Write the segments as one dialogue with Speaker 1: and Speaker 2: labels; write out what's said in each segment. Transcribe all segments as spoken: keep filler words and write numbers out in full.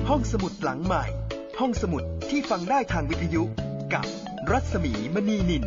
Speaker 1: ห้องสมุดหลังใหม่ห้องสมุดที่ฟังได้ทางวิทยุกับรัศมีมณีนิน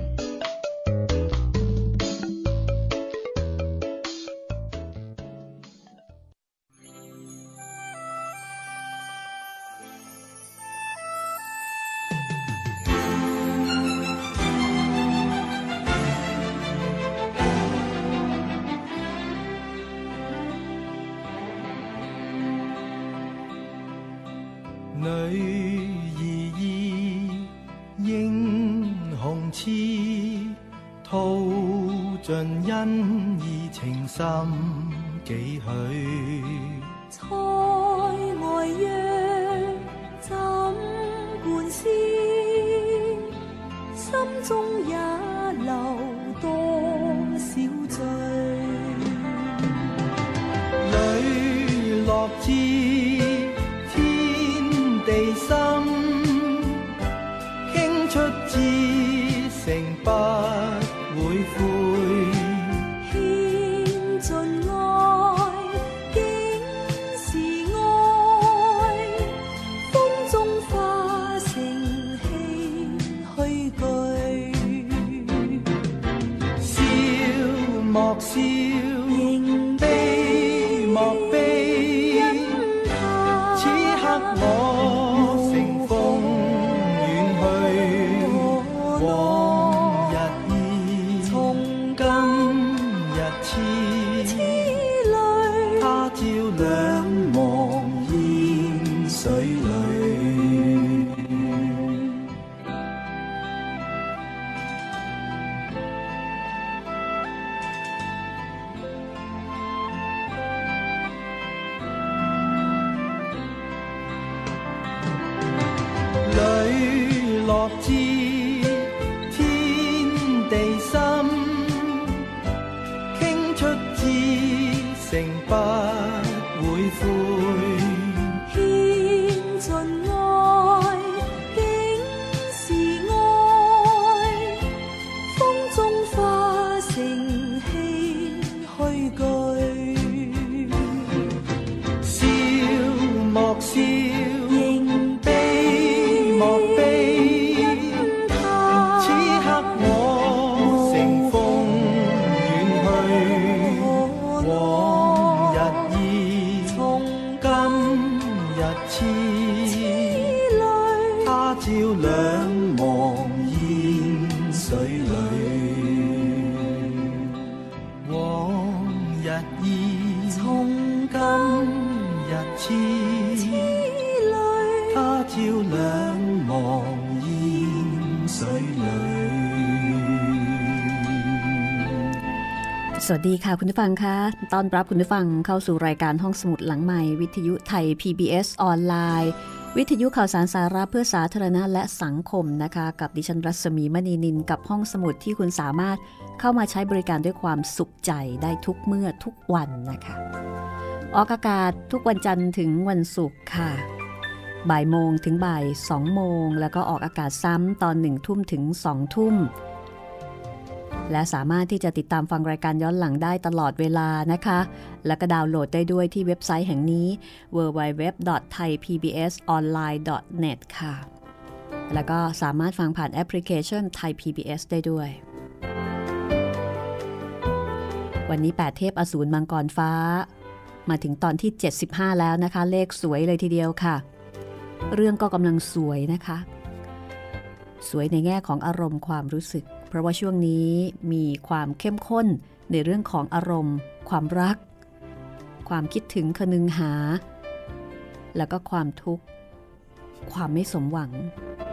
Speaker 2: สวัสดีค่ะคุณผู้ฟังคะต้อนรับคุณผู้ฟังเข้าสู่รายการห้องสมุดหลังใหม่วิทยุไทย พี บี เอส ออนไลน์วิทยุข่าวสารสาระเพื่อสาธารณะและสังคมนะคะกับดิฉันรัศมีมณีนินกับห้องสมุดที่คุณสามารถเข้ามาใช้บริการด้วยความสุขใจได้ทุกเมื่อทุกวันนะคะออกอากาศทุกวันจันทร์ถึงวันศุกร์ค่ะบ่ายโมงถึงบ่ายสองโมงแล้วก็ออกอากาศซ้ำตอนหนึ่งทุ่มถึงสองทุ่มและสามารถที่จะติดตามฟังรายการย้อนหลังได้ตลอดเวลานะคะแล้วก็ดาวน์โหลดได้ด้วยที่เว็บไซต์แห่งนี้ ดับเบิลยู ดับเบิลยู ดับเบิลยู ดอท ไทย พี บี เอส ออนไลน์ ดอท เน็ต ค่ะแล้วก็สามารถฟังผ่านแอปพลิเคชัน Thai พี บี เอส ได้ด้วยวันนี้แปดเทพอสูรมังกรฟ้ามาถึงตอนที่เจ็ดสิบห้าแล้วนะคะเลขสวยเลยทีเดียวค่ะเรื่องก็กำลังสวยนะคะสวยในแง่ของอารมณ์ความรู้สึกเพราะว่าช่วงนี้มีความเข้มข้นในเรื่องของอารมณ์ความรักความคิดถึงคนึงหาแล้วก็ความทุกข์ความไม่สมหวัง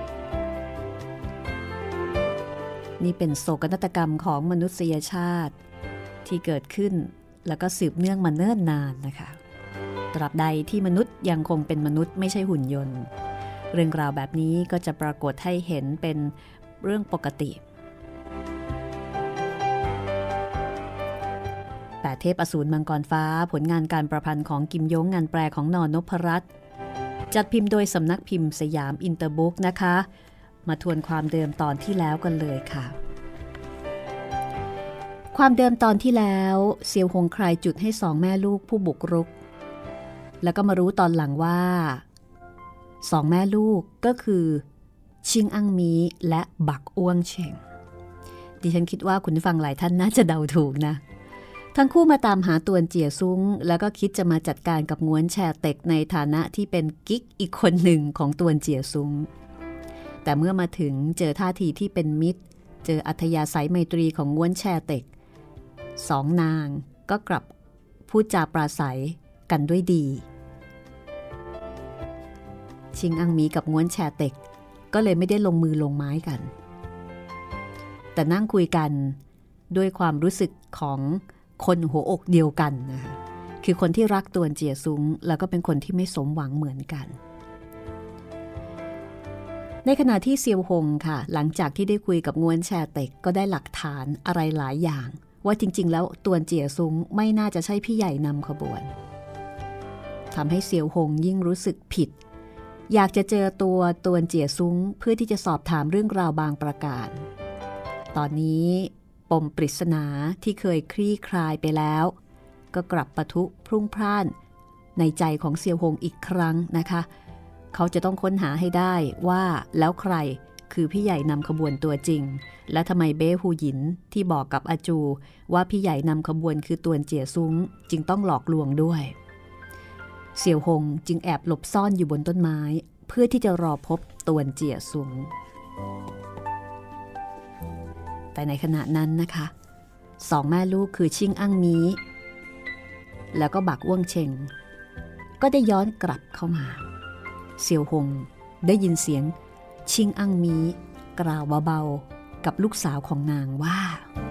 Speaker 2: นี่เป็นโศกนาฏกรรมของมนุษยชาติที่เกิดขึ้นแล้วก็สืบเนื่องมาเนิ่นนานนะคะตราบใดที่มนุษย์ยังคงเป็นมนุษย์ไม่ใช่หุ่นยนต์เรื่องราวแบบนี้ก็จะปรากฏให้เห็นเป็นเรื่องปกติแปดเทพอสูรมังกรฟ้าผลงานการประพันธ์ของกิมย้งงานแปลของนนพรัตน์จัดพิมพ์โดยสำนักพิมพ์สยามอินเตอร์บุ๊กนะคะมาทวนความเดิมตอนที่แล้วกันเลยค่ะความเดิมตอนที่แล้วเซียวหงใครจุดให้สองแม่ลูกผู้บุกรุกแล้วก็มารู้ตอนหลังว่าสองแม่ลูกก็คือชิงอังมีและบักอ้วงเชงดิฉันคิดว่าคุณผู้ฟังหลายท่านน่าจะเดาถูกนะทั้งคู่มาตามหาตวนเจี๋ยซุ้งแล้วก็คิดจะมาจัดการกับง้วนแชเต็กในฐานะที่เป็นกิ๊กอีกคนหนึ่งของตวนเจี๋ยซุ้งแต่เมื่อมาถึงเจอท่าทีที่เป็นมิตรเจออัธยาศัยไมตรีของง้วนแชเต็กสองนางก็กลับพูดจาปราศัยกันด้วยดีชิงอังมีกับง้วนแชเต็กก็เลยไม่ได้ลงมือลงไม้กันแต่นั่งคุยกันด้วยความรู้สึกของคนหัวอกเดียวกันนะคะคือคนที่รักตวนเจี๋ยซุ้งแล้วก็เป็นคนที่ไม่สมหวังเหมือนกันในขณะที่เซียวหงค่ะหลังจากที่ได้คุยกับง้วนแชเต็กก็ได้หลักฐานอะไรหลายอย่างว่าจริงๆแล้วตวนเจี๋ยซุ้งไม่น่าจะใช่พี่ใหญ่นำขบวนทำให้เซียวหงยิ่งรู้สึกผิดอยากจะเจอตัวตวนเจี๋ยซุ้งเพื่อที่จะสอบถามเรื่องราวบางประการตอนนี้ปมปริศนาที่เคยคลี่คลายไปแล้วก็กลับปะทุพรุ่งพล่านในใจของเซียวหงอีกครั้งนะคะเขาจะต้องค้นหาให้ได้ว่าแล้วใครคือพี่ใหญ่นำขบวนตัวจริงและทำไมเบ้ฮูหยินที่บอกกับอาจูว่าพี่ใหญ่นำขบวนคือตวนเจี๋ยซุ้งจึงต้องหลอกลวงด้วยเสี่ยวหงจึงแอบหลบซ่อนอยู่บนต้นไม้เพื่อที่จะรอพบตวนเจี๋ยซุ้งแต่ในขณะนั้นนะคะสองแม่ลูกคือชิงอั้งมีแล้วก็บักอ้วงเชงก็ได้ย้อนกลับเข้ามาเสี่ยวหงได้ยินเสียงชิงอั้งมีกล่าวเบาๆกับลูกสาวของนางว่า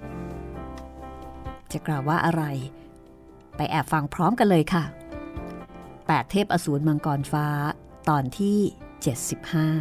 Speaker 2: จะกล่าวว่าอะไรไปแอบฟังพร้อมกันเลยค่ะแปดเทพอสูรมังกรฟ้าตอนที่เจ็ดสิบห้า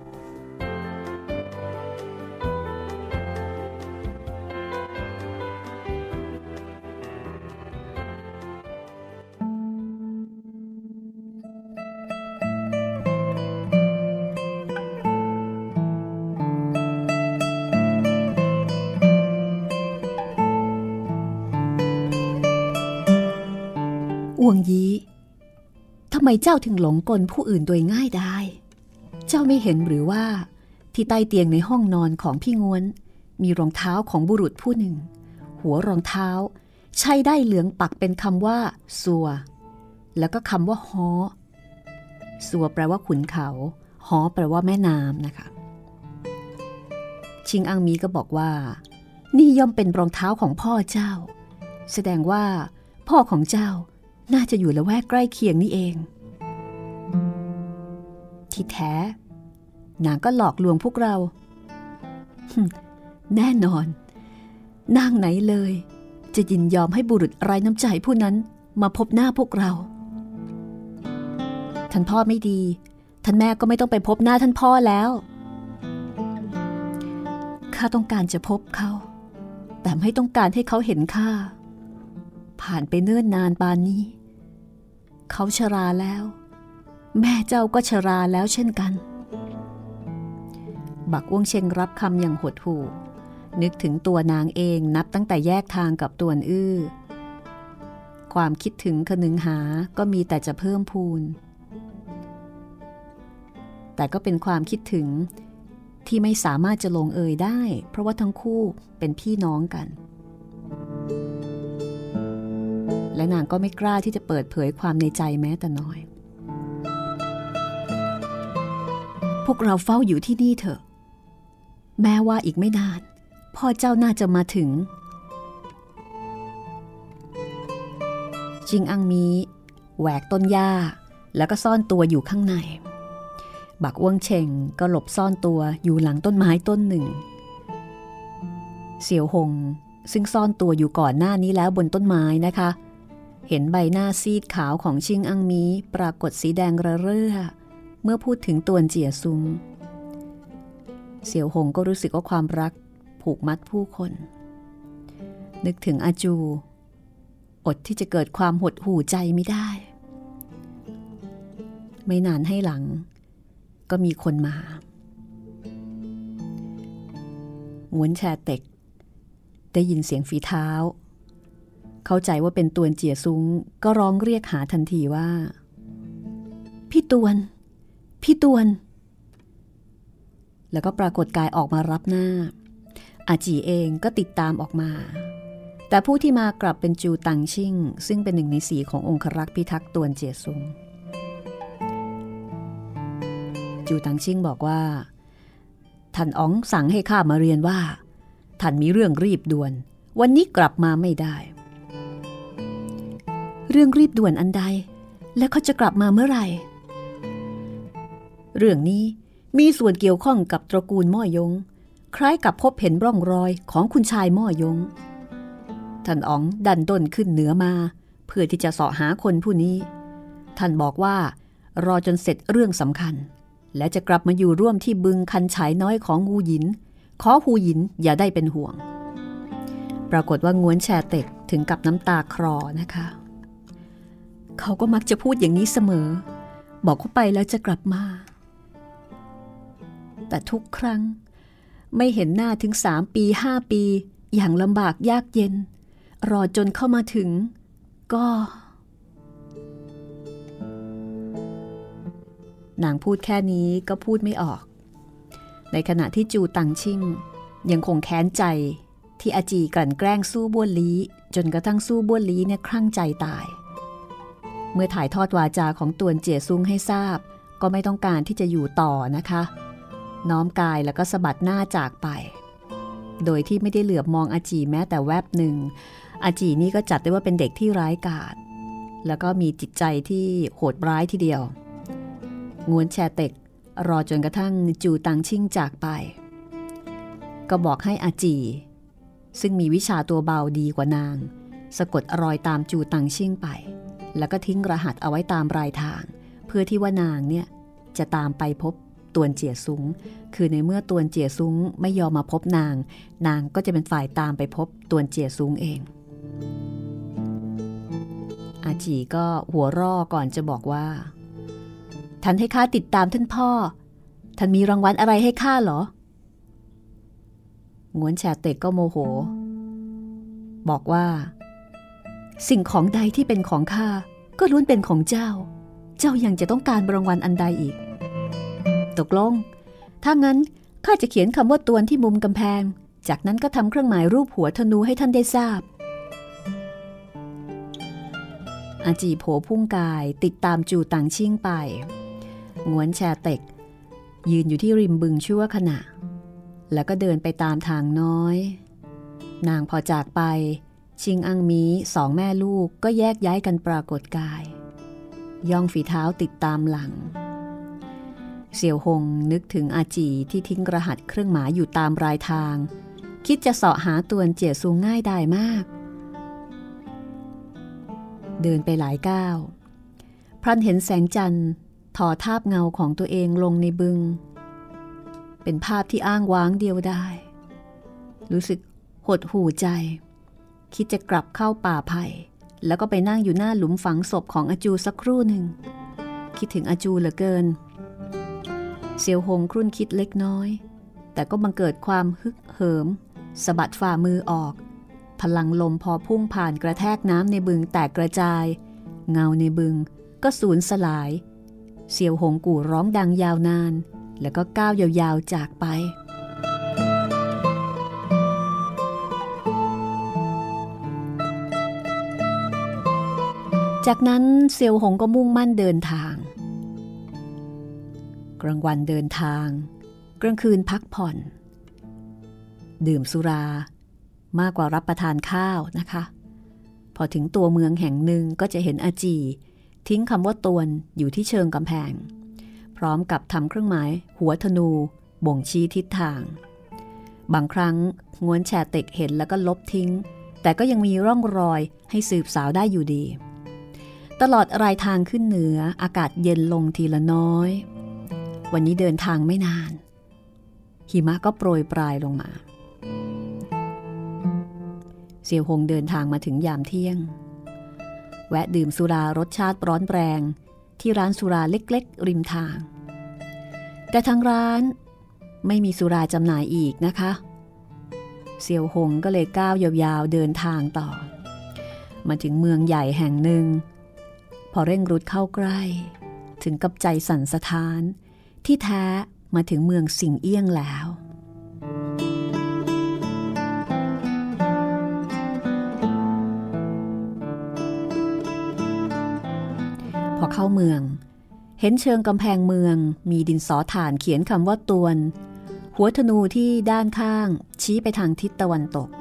Speaker 2: อ้วงยีทำไมเจ้าถึงหลงกลผู้อื่นโดยง่ายได้เจ้าไม่เห็นหรือว่าที่ใต้เตียงในห้องนอนของพี่ง้วนมีรองเท้าของบุรุษผู้หนึ่งหัวรองเท้าใช้ได้เหลืองปักเป็นคำว่าซัวแล้วก็คำว่าฮอซัวแปลว่าขุนเขาฮอแปลว่าแม่น้ำนะคะชิงอังมีก็บอกว่านี่ย่อมเป็นรองเท้าของพ่อเจ้าแสดงว่าพ่อของเจ้าน่าจะอยู่ละแวกใกล้เคียงนี่เองที่แท้นางก็หลอกลวงพวกเราแน่นอนนางไหนเลยจะยินยอมให้บุรุษไร้น้ำใจผู้นั้นมาพบหน้าพวกเราท่านพ่อไม่ดีท่านแม่ก็ไม่ต้องไปพบหน้าท่านพ่อแล้วข้าต้องการจะพบเขาแต่ไม่ต้องการให้เขาเห็นข้าผ่านไปเนิ่นนานปานนี้เขาชราแล้วแม่เจ้าก็ชราแล้วเช่นกันบักอ้วงเชงรับคำอย่างหดหู่นึกถึงตัวนางเองนับตั้งแต่แยกทางกับตวนอื้อความคิดถึงคนึงหาก็มีแต่จะเพิ่มพูนแต่ก็เป็นความคิดถึงที่ไม่สามารถจะลงเอยได้เพราะว่าทั้งคู่เป็นพี่น้องกันและนางก็ไม่กล้าที่จะเปิดเผยความในใจแม้แต่น้อยพวกเราเฝ้าอยู่ที่นี่เถอะแม้ว่าอีกไม่นานพ่อเจ้าน่าจะมาถึงจิงอังมีแหวกต้นหญ้าแล้วก็ซ่อนตัวอยู่ข้างในบักอ้วงเชงก็หลบซ่อนตัวอยู่หลังต้นไม้ต้นหนึ่งเสี่ยวหงซึ่งซ่อนตัวอยู่ก่อนหน้านี้แล้วบนต้นไม้นะคะเห็นใบหน้าซีดขาวของชิงอังมีปรากฏสีแดงระเรื่อเมื่อพูดถึงตวนเจี๋ยซุ้งเสี่ยวหงก็รู้สึกว่าความรักผูกมัดผู้คนนึกถึงอาจูอดที่จะเกิดความหดหู่ใจไม่ได้ไม่นานให้หลังก็มีคนมาง้วนแชเต็กได้ยินเสียงฝีเท้าเข้าใจว่าเป็นตวนเจี๋ยซุ้งก็ร้องเรียกหาทันทีว่าพี่ตวนพี่ตวนแล้วก็ปรากฏกายออกมารับหน้าอาจีเองก็ติดตามออกมาแต่ผู้ที่มากลับเป็นจูตังชิ่งซึ่งเป็นหนึ่งในสี่ขององครักษ์พิทักษ์ตวนเจียซุงจูตังชิ่งบอกว่าท่านอ๋องสั่งให้ข้ามาเรียนว่าท่านมีเรื่องรีบด่วนวันนี้กลับมาไม่ได้เรื่องรีบด่วนอันใดและเขาจะกลับมาเมื่อไหร่เรื่องนี้มีส่วนเกี่ยวข้องกับตระกูลม่อยงคล้ายกับพบเห็นร่องรอยของคุณชายม่อยงท่านอ๋องดันด้นขึ้นเหนือมาเพื่อที่จะเสาะหาคนผู้นี้ท่านบอกว่ารอจนเสร็จเรื่องสำคัญและจะกลับมาอยู่ร่วมที่บึงคันฉายน้อยของงูหยินขอหูหยินอย่าได้เป็นห่วงปรากฏว่าง้วนแชเต็กถึงกับน้ำตาคลอนะคะเขาก็มักจะพูดอย่างนี้เสมอบอกเขาไปแล้วจะกลับมาแต่ทุกครั้งไม่เห็นหน้าถึงสามปีห้าปีอย่างลำบากยากเย็นรอจนเข้ามาถึงก็นางพูดแค่นี้ก็พูดไม่ออกในขณะที่จูตังชิ่งยังคงแค้นใจที่อาจีกลั่นแกล้งสู้บ้วนลี้จนกระทั่งสู้บ้วนลี้เนี่ยคลั่งใจตายเมื่อถ่ายทอดวาจาของตวนเจี๋ยซุงให้ทราบก็ไม่ต้องการที่จะอยู่ต่อนะคะน้อมกายแล้วก็สะบัดหน้าจากไปโดยที่ไม่ได้เหลือบมองอาจีแม้แต่แวบหนึ่งอาจีนี่ก็จัดได้ว่าเป็นเด็กที่ร้ายกาจแล้วก็มีจิตใจที่โหดร้ายทีเดียวง้วนแชเต็กรอจนกระทั่งจูตังชิ่งจากไปก็บอกให้อาจีซึ่งมีวิชาตัวเบาดีกว่านางสะกดรอยตามจูตังชิ่งไปแล้วก็ทิ้งรหัสเอาไว้ตามรายทางเพื่อที่ว่านางเนี่ยจะตามไปพบตวนเจี๋ยซุงคือในเมื่อตวนเจี๋ยซุงไม่ยอมมาพบนางนางก็จะเป็นฝ่ายตามไปพบตวนเจี๋ยซุงเองอาจีก็หัวร่อก่อนจะบอกว่าท่านให้ข้าติดตามท่านพ่อท่านมีรางวัลอะไรให้ข้าเหรอง้วนแฉเต็กก็โมโหบอกว่าสิ่งของใดที่เป็นของข้าก็ล้วนเป็นของเจ้าเจ้ายังจะต้องการรางวัลอันใดอีกตกลงถ้างั้นข้าจะเขียนคำว่าตวนที่มุมกำแพงจากนั้นก็ทำเครื่องหมายรูปหัวธนูให้ท่านได้ทราบอาจีโผพุ่งกายติดตามจูตังชิ่งไปง้วนแชเต็กยืนอยู่ที่ริมบึงชั่วขณะแล้วก็เดินไปตามทางน้อยนางพอจากไปชิงอังมีสองแม่ลูกก็แยกย้ายกันปรากฏกายย่องฝีเท้าติดตามหลังเสี่ยวหงนึกถึงอาจีที่ทิ้งรหัสเครื่องหมายอยู่ตามรายทางคิดจะเสาะหาตวนเจี๋ยซุงง่ายดายมากเดินไปหลายก้าวพลันเห็นแสงจันทร์ทอทาบเงาของตัวเองลงในบึงเป็นภาพที่อ้างว้างเดียวได้รู้สึกหดหู่ใจคิดจะกลับเข้าป่าไผ่แล้วก็ไปนั่งอยู่หน้าหลุมฝังศพของอาจูสักครู่หนึ่งคิดถึงอาจูเหลือเกินเซียวหงครุ่นคิดเล็กน้อยแต่ก็บังเกิดความฮึกเหิมสะบัดฝ่ามือออกพลังลมพอพุ่งผ่านกระแทกน้ำในบึงแตกกระจายเงาในบึงก็สูญสลายเซียวหงกู่ร้องดังยาวนานแล้วก็ก้าวยาวๆจากไปจากนั้นเซียวหงก็มุ่งมั่นเดินทางกลางวันเดินทางกลางคืนพักผ่อนดื่มสุรามากกว่ารับประทานข้าวนะคะพอถึงตัวเมืองแห่งหนึ่งก็จะเห็นอาจีทิ้งคำว่าตวนอยู่ที่เชิงกำแพงพร้อมกับทำเครื่องหมายหัวธนูบ่งชี้ทิศทางบางครั้งง้วนแฉเต็กเห็นแล้วก็ลบทิ้งแต่ก็ยังมีร่องรอยให้สืบสาวได้อยู่ดีตลอดรายทางขึ้นเหนืออากาศเย็นลงทีละน้อยวันนี้เดินทางไม่นานหิมะก็โปรยปลายลงมาเสี่ยวหงเดินทางมาถึงยามเที่ยงแวะดื่มสุรารสชาติร้อนแรงที่ร้านสุราเล็กๆริมทางแต่ทางร้านไม่มีสุราจำหน่ายอีกนะคะเสี่ยวหงก็เลยก้าวยาวๆเดินทางต่อมาถึงเมืองใหญ่แห่งหนึ่งพอเร่งรุดเข้าใกล้ถึงกับใจสั่นสะท้านที่แท้มาถึงเมืองสิงเอี้ยงแล้วพอเข้าเมืองเห็นเชิงกำแพงเมืองมีดินสอถ่านเขียนคำว่าตวนหัวธนูที่ด้านข้างชี้ไปทางทิศตะวันตก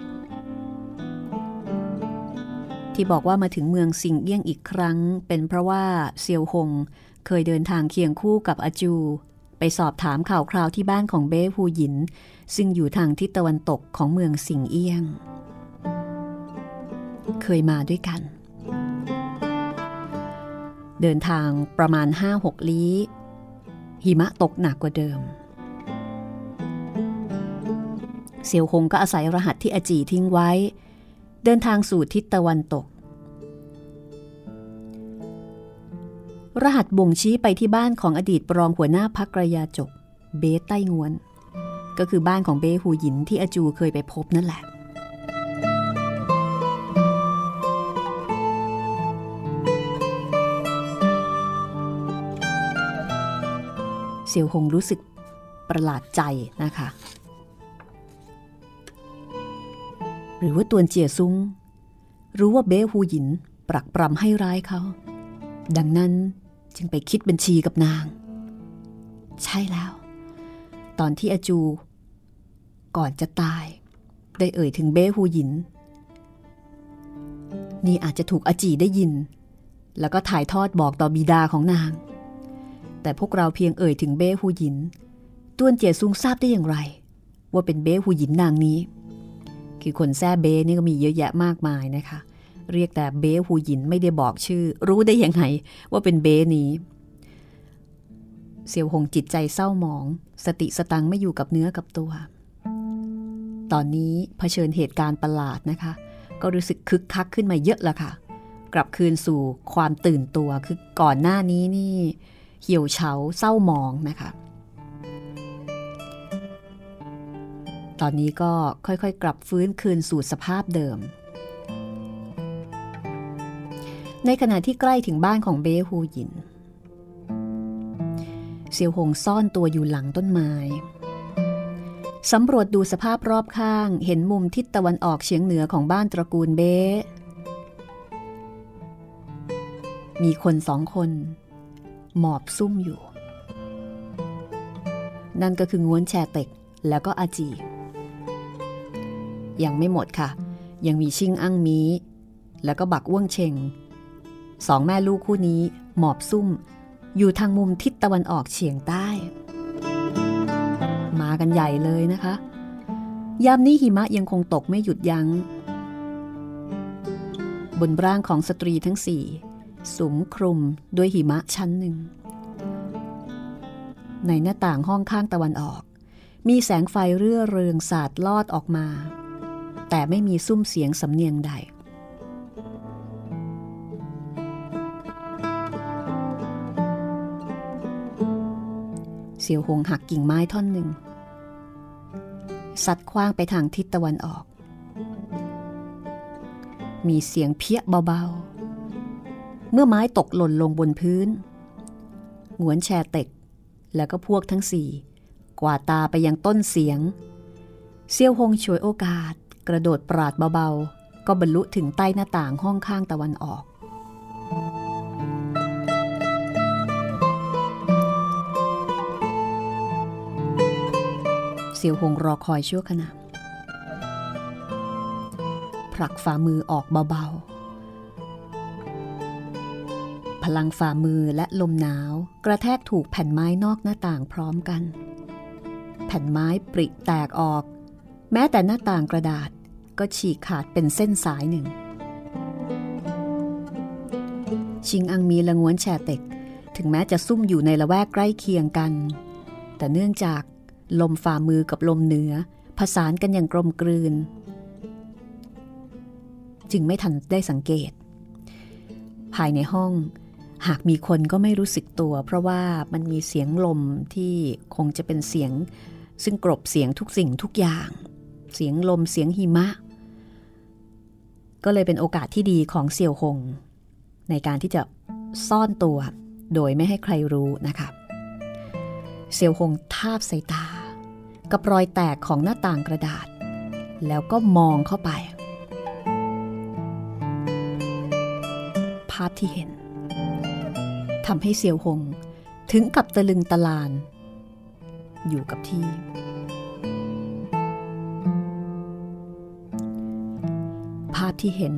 Speaker 2: ที่บอกว่ามาถึงเมืองสิงเอี้ยงอีกครั้งเป็นเพราะว่าเซียวหงเคยเดินทางเคียงคู่กับอาจูไปสอบถามข่าวคราวที่บ้านของเบ้ฮูหยินซึ่งอยู่ทางทิศตะวันตกของเมืองสิงเอี้ยงเคยมาด้วยกันเดินทางประมาณ ห้าหก ลี้หิมะตกหนักกว่าเดิมเซียวหงก็อาศัยรหัสที่อาจีทิ้งไว้เดินทางสู่ทิศตะวันตกรหัสบ่งชี้ไปที่บ้านของอดีตรองหัวหน้าพรรคกระยาจกเบ้ไต้งวนก็คือบ้านของเบ้ฮูหยินที่อาจูเคยไปพบนั่นแหละเซียวหงรู้สึกประหลาดใจนะคะหรือว่าตวนเจียซุงรู้ว่าเบ้ฮูหยินปรักปรำให้ร้ายเขาดังนั้นจึงไปคิดบัญชีกับนางใช่แล้วตอนที่อาจูก่อนจะตายได้เอ่ยถึงเบ้ฮูหยินนี่อาจจะถูกอาจีได้ยินแล้วก็ถ่ายทอดบอกต่อบิดาของนางแต่พวกเราเพียงเอ่ยถึงเบ้ฮูหยินต้วนเจียซุงทราบได้อย่างไรว่าเป็นเบ้ฮูหยินนางนี้คือคนแซ่เบ้นี่ก็มีเยอะแยะมากมายนะคะเรียกแต่เบ้ฮูหยินไม่ได้บอกชื่อรู้ได้ยังไงว่าเป็นเบ้นี้เซียวหงจิตใจเศร้าหมองสติสตังไม่อยู่กับเนื้อกับตัวตอนนี้เผชิญเหตุการณ์ประหลาดนะคะก็รู้สึกคึกคักขึ้นมาเยอะละค่ะกลับคืนสู่ความตื่นตัวคือก่อนหน้านี้นี่เหี่ยวเฉาเศร้าหมองนะคะตอนนี้ก็ค่อยๆกลับฟื้นคืนสู่สภาพเดิมในขณะที่ใกล้ถึงบ้านของเบ้ฮูหยินเซียวหงซ่อนตัวอยู่หลังต้นไม้สำรวจดูสภาพรอบข้างเห็นมุมทิศตะวันออกเฉียงเหนือของบ้านตระกูลเบ้มีคนสองคนหมอบซุ่มอยู่นั่นก็คือง้วนแชเต็กแล้วก็อาจียังไม่หมดค่ะยังมีชิงอั้งมีแล้วก็บักอ้วงเชงสองแม่ลูกคู่นี้หมอบซุ่มอยู่ทางมุมทิศตะวันออกเฉียงใต้มากันใหญ่เลยนะคะยามนี้หิมะยังคงตกไม่หยุดยัง้งบนร่างของสตรีทั้งสี่สุมคลุมด้วยหิมะชั้นหนึ่งในหน้าต่างห้องข้างตะวันออกมีแสงไฟเรื่อเรืองสาดลอดออกมาแต่ไม่มีซุ้มเสียงสำเนียงใดเสี่ยวหงหักกิ่งไม้ท่อนหนึ่งซัดคว้างไปทางทิศตะวันออกมีเสียงเพี้ยเบาๆเมื่อไม้ตกหล่นลงบนพื้นหงวนแชเต็กแล้วก็พวกทั้งสี่กวาดตาไปยังต้นเสียงเสี่ยวหงฉวยโอกาสกระโดดปราดเบาๆก็บรรลุถึงใต้หน้าต่างห้องข้างตะวันออกเสี่ยวหงรอคอยชั่วขณะผลักฝ่ามือออกเบาๆพลังฝ่ามือและลมหนาวกระแทกถูกแผ่นไม้นอกหน้าต่างพร้อมกันแผ่นไม้ปริแตกออกแม้แต่หน้าต่างกระดาษก็ฉีกขาดเป็นเส้นสายหนึ่งชิงอังมีและง้วนแชเต็กถึงแม้จะซุ่มอยู่ในละแวกใกล้เคียงกันแต่เนื่องจากลมฝ่ามือกับลมเหนือผสานกันอย่างกลมกลืนจึงไม่ทันได้สังเกตภายในห้องหากมีคนก็ไม่รู้สึกตัวเพราะว่ามันมีเสียงลมที่คงจะเป็นเสียงซึ่งกลบเสียงทุกสิ่งทุกอย่างเสียงลมเสียงหิมะก็เลยเป็นโอกาสที่ดีของเสี่ยวหงในการที่จะซ่อนตัวโดยไม่ให้ใครรู้นะคะเซียวหงทาบใส่ตากับรอยแตกของหน้าต่างกระดาษแล้วก็มองเข้าไปภาพที่เห็นทำให้เซียวหงถึงกับตะลึงตะลานอยู่กับที่ภาพที่เห็น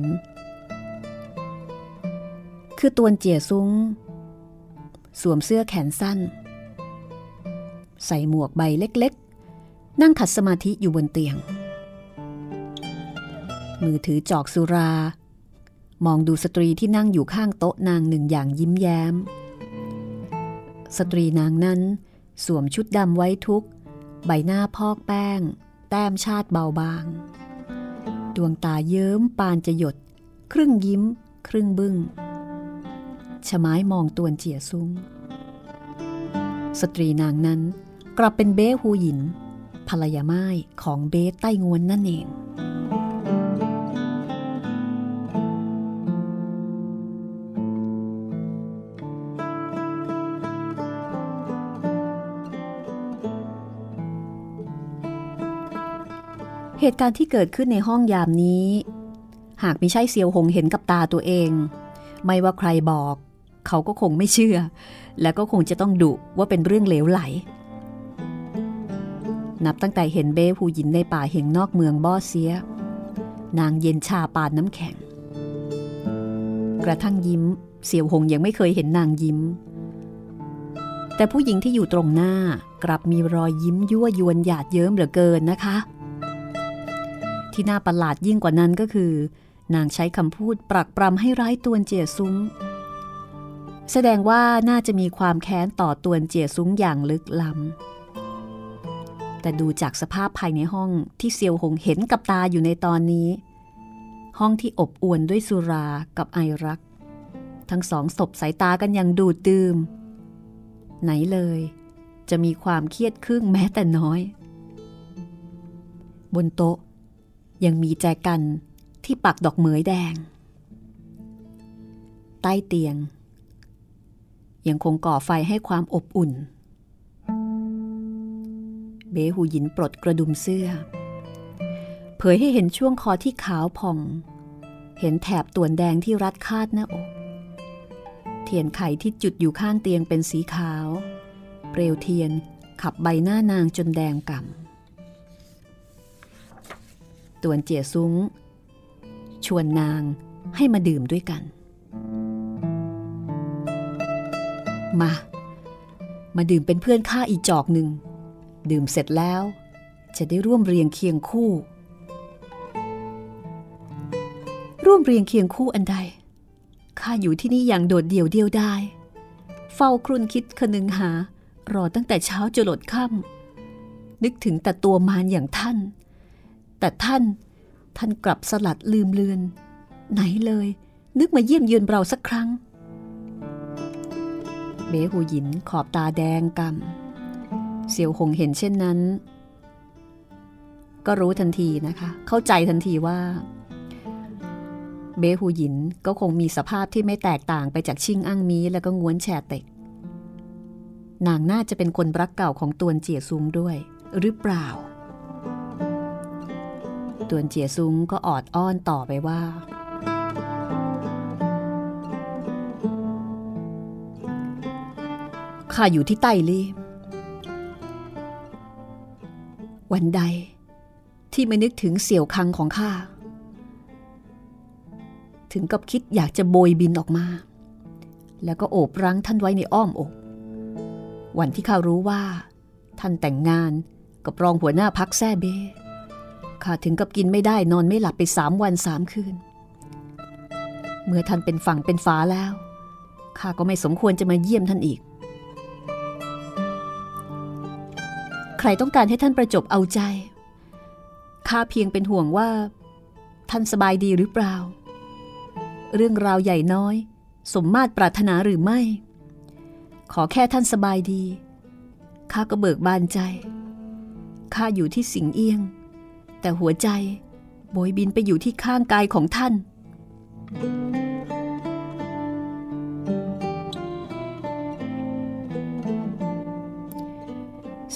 Speaker 2: คือตวนเจี๋ยซุ้งสวมเสื้อแขนสั้นใส่หมวกใบเล็กๆนั่งขัดสมาธิอยู่บนเตียงมือถือจอกสุรามองดูสตรีที่นั่งอยู่ข้างโต๊ะนางหนึ่งอย่างยิ้มแย้มสตรีนางนั้นสวมชุดดำไว้ทุกใบหน้าพอกแป้งแต้มชาติเบาบางดวงตาเยิ้มปานจะหยดครึ่งยิ้มครึ่งบึ้งชะม้ายมองตวนเจี๋ยซุ้งสตรีนางนั้นกลับเป็นเบ้ฮูหยินภรรยาม่ายของเบ้ไต้งวนนั่นเองเหตุการณ์ที่เกิดขึ้นในห้องยามนี้หากไม่ใช่เซียวหงเห็นกับตาตัวเองไม่ว่าใครบอกเขาก็คงไม่เชื่อและก็คงจะต้องดุว่าเป็นเรื่องเหลวไหลนับตั้งแต่เห็นเบ้ฮูหยินในป่าเห็งนอกเมืองบ่อเสียนางเย็นชาปานน้ำแข็งกระทั่งยิ้มเซียวหงยังไม่เคยเห็นนางยิ้มแต่ผู้หญิงที่อยู่ตรงหน้ากลับมีรอยยิ้มยั่วยวนหยาดเยิ้มเหลือเกินนะคะที่น่าประหลาดยิ่งกว่านั้นก็คือนางใช้คำพูดปรักปรำให้ร้ายตวนเจี๋ยซุ้งแสดงว่าน่าจะมีความแค้นต่อตวนเจี๋ยซุ้งอย่างลึกล้ำแต่ดูจากสภาพภายในห้องที่เซียวหงเห็นกับตาอยู่ในตอนนี้ห้องที่อบอวลด้วยสุรากับไอรักทั้งสองสบสายตากันอย่างดูดดื่มไหนเลยจะมีความเครียดครึ่งแม้แต่น้อยบนโต๊ะยังมีแจกันที่ปักดอกเหมยแดงใต้เตียงยังคงก่อไฟให้ความอบอุ่นเบ้ฮูหยินปลดกระดุมเสื้อเผยให้เห็นช่วงคอที่ขาวผ่องเห็นแถบต่วนแดงที่รัดคาดหน้าอกเทียนไขที่จุดอยู่ข้างเตียงเป็นสีขาวเปลวเทียนขับใบหน้านางจนแดงก่ำตวนเจี๋ยซุ้งชวนนางให้มาดื่มด้วยกันมามาดื่มเป็นเพื่อนข้าอีกจอกหนึ่งดื่มเสร็จแล้วจะได้ร่วมเรียงเคียงคู่ร่วมเรียงเคียงคู่อันใดข้าอยู่ที่นี่อย่างโดดเดี่ยวเดียวดายเฝ้าครุ่นคิดคนึงหารอตั้งแต่เช้าจรดค่ำนึกถึงแต่ตัวมารอย่างท่านแต่ท่านท่านกลับสลัดลืมเลือนไหนเลยนึกมาเยี่ยมเยือนเราสักครั้งเบ้ฮูหยินขอบตาแดงกำเซียวหงเห็นเช่นนั้นก็รู้ทันทีนะคะเข้าใจทันทีว่าเบ้ฮูหยินก็คงมีสภาพที่ไม่แตกต่างไปจากชิงอั้งมีแล้วก็ง้วนแฉเต็กนางน่าจะเป็นคนรักเก่าของตวนเจี๋ยซุ้งด้วยหรือเปล่าตวนเจี๋ยซุ้งก็ออดอ้อนต่อไปว่าข้าอยู่ที่ไต้ลี่วันใดที่ไม่นึกถึงเสี่ยวคังของข้าถึงกับคิดอยากจะโบยบินออกมาแล้วก็โอบรั้งท่านไว้ในอ้อมอกวันที่ข้ารู้ว่าท่านแต่งงานกับรองหัวหน้าพรรคแซ่เบ้ข้าถึงกับกินไม่ได้นอนไม่หลับไปสามวันสามคืนเมื่อท่านเป็นฝั่งเป็นฝาแล้วข้าก็ไม่สมควรจะมาเยี่ยมท่านอีกใครต้องการให้ท่านประจบเอาใจข้าเพียงเป็นห่วงว่าท่านสบายดีหรือเปล่าเรื่องราวใหญ่น้อยสมมาตรปรารถนาหรือไม่ขอแค่ท่านสบายดีข้าก็เบิกบานใจข้าอยู่ที่สิงเอี้ยงแต่หัวใจโบยบินไปอยู่ที่ข้างกายของท่าน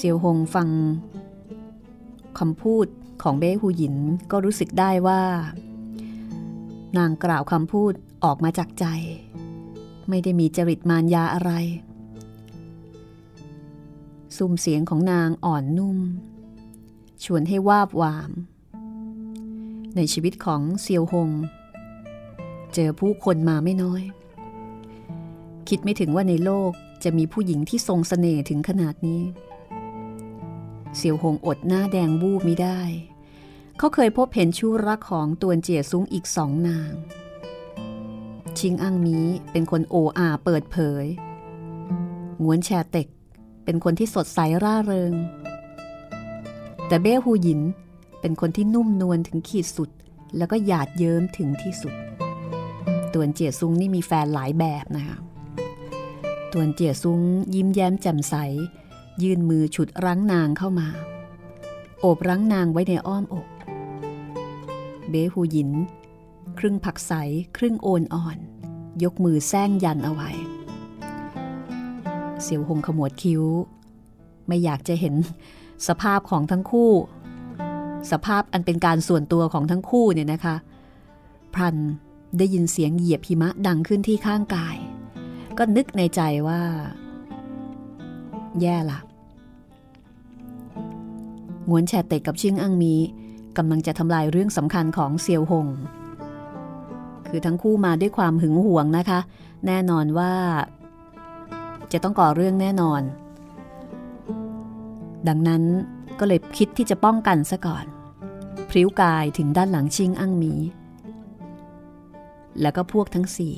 Speaker 2: เซียวหงฟังคำพูดของเบ้หูหยินก็รู้สึกได้ว่านางกล่าวคำพูดออกมาจากใจไม่ได้มีจริตมารยาอะไรซุ้มเสียงของนางอ่อนนุ่มชวนให้วาบวามในชีวิตของเซียวหงเจอผู้คนมาไม่น้อยคิดไม่ถึงว่าในโลกจะมีผู้หญิงที่ทรงเสน่ห์ถึงขนาดนี้เซียวหงอดหน้าแดงวูบไม่ได้เขาเคยพบเห็นชู้รักของตวนเจี๋ยซุ้งอีกสองนางชิงอั้งมีเป็นคนโออาเปิดเผยงวนแชเต็กเป็นคนที่สดใสร่าเริงแต่เบ้ฮูหยินเป็นคนที่นุ่มนวลถึงขีดสุดแล้วก็หยาดเยิ้มถึงที่สุดตวนเจี๋ยซุ้งนี่มีแฟนหลายแบบนะคะตวนเจี๋ยซุ้งยิ้มแย้มแจ่มใสยื่นมือฉุดรั้งนางเข้ามาโอบรั้งนางไว้ในอ้อมอกเบ้ฮูหยินครึ่งผักใสครึ่งโอนอ่อนยกมือแซงยันเอาไว้เสี่ยวหงขมวดคิ้วไม่อยากจะเห็นสภาพของทั้งคู่สภาพอันเป็นการส่วนตัวของทั้งคู่เนี่ยนะคะพลันได้ยินเสียงเหยียบหิมะดังขึ้นที่ข้างกายก็นึกในใจว่าแย่ละงวนแชเต็กกับชิงอั้งมีกำลังจะทำลายเรื่องสำคัญของเซียวหงคือทั้งคู่มาด้วยความหึงหวงนะคะแน่นอนว่าจะต้องก่อเรื่องแน่นอนดังนั้นก็เลยคิดที่จะป้องกันซะก่อนพริ้วกายถึงด้านหลังชิงอั้งมีแล้วก็พวกทั้งสี่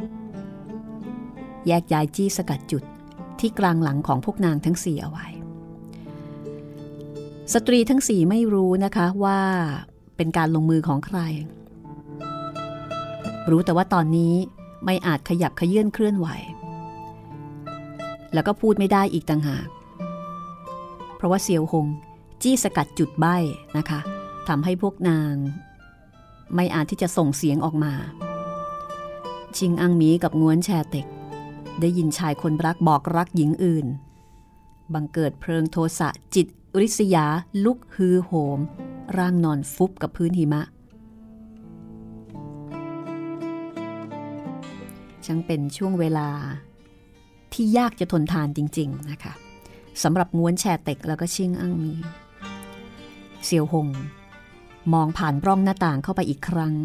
Speaker 2: แยกย้ายจี้สกัดจุดที่กลางหลังของพวกนางทั้งสี่เอาไว้สตรีทั้งสี่ไม่รู้นะคะว่าเป็นการลงมือของใครรู้แต่ว่าตอนนี้ไม่อาจขยับเขยื่อนเคลื่อนไหวแล้วก็พูดไม่ได้อีกต่างหากเพราะว่าเซียวหงจี้สกัดจุดใบ้นะคะทำให้พวกนางไม่อาจที่จะส่งเสียงออกมาชิงอั้งมีกับง้วนแชเต็กได้ยินชายคนรักบอกรักหญิงอื่นบังเกิดเพลิงโทสะจิตริษยาลุกฮือโหมร่างนอนฟุบกับพื้นหิมะช่างเป็นช่วงเวลาที่ยากจะทนทานจริงๆนะคะสำหรับง้วนแชเต็กแล้วก็ชิงอั้งมีเซียวหงมองผ่านร่องหน้าต่างเข้าไปอีกครั้ง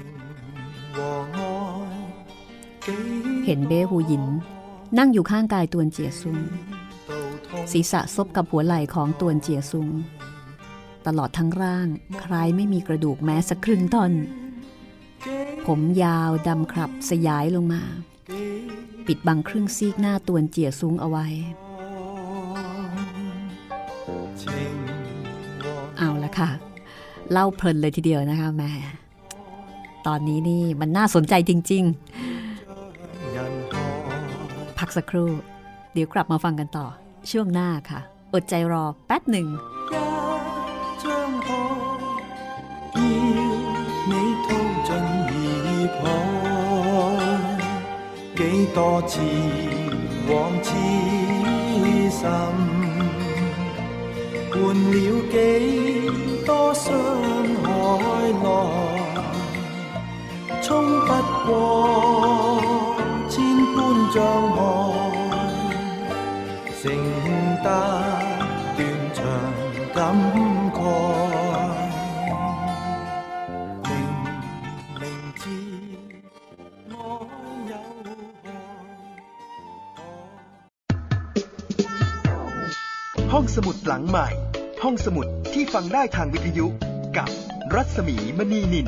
Speaker 2: เห็นเบ้ฮูหยินนั่งอยู่ข้างกายตวนเจี๋ยซุงศีรษะซบกับหัวไหล่ของตวนเจี๋ยซุงตลอดทั้งร่างคล้ายไม่มีกระดูกแม้สักครึ่งท่อนผมยาวดำครับสยายลงมาปิดบังครึ่งซีกหน้าตวนเจี๋ยซุงเอาไว้เอาละค่ะเล่าเพลินเลยทีเดียวนะคะแม่ตอนนี้นี่มันน่าสนใจจริงๆพักสักครู่เดี๋ยวกลับมาฟังกันต่อช่วงหน้าค่ะอดใจรอแป๊บหนึ่ง
Speaker 3: 幾多次往痴心，換了幾多傷害來，衝不過千般障礙，承擔斷腸感慨。
Speaker 1: ห้องสมุดหลังใหม่ห้องสมุดที่ฟังได้ทางวิทยุกับรัศมีมณีนิน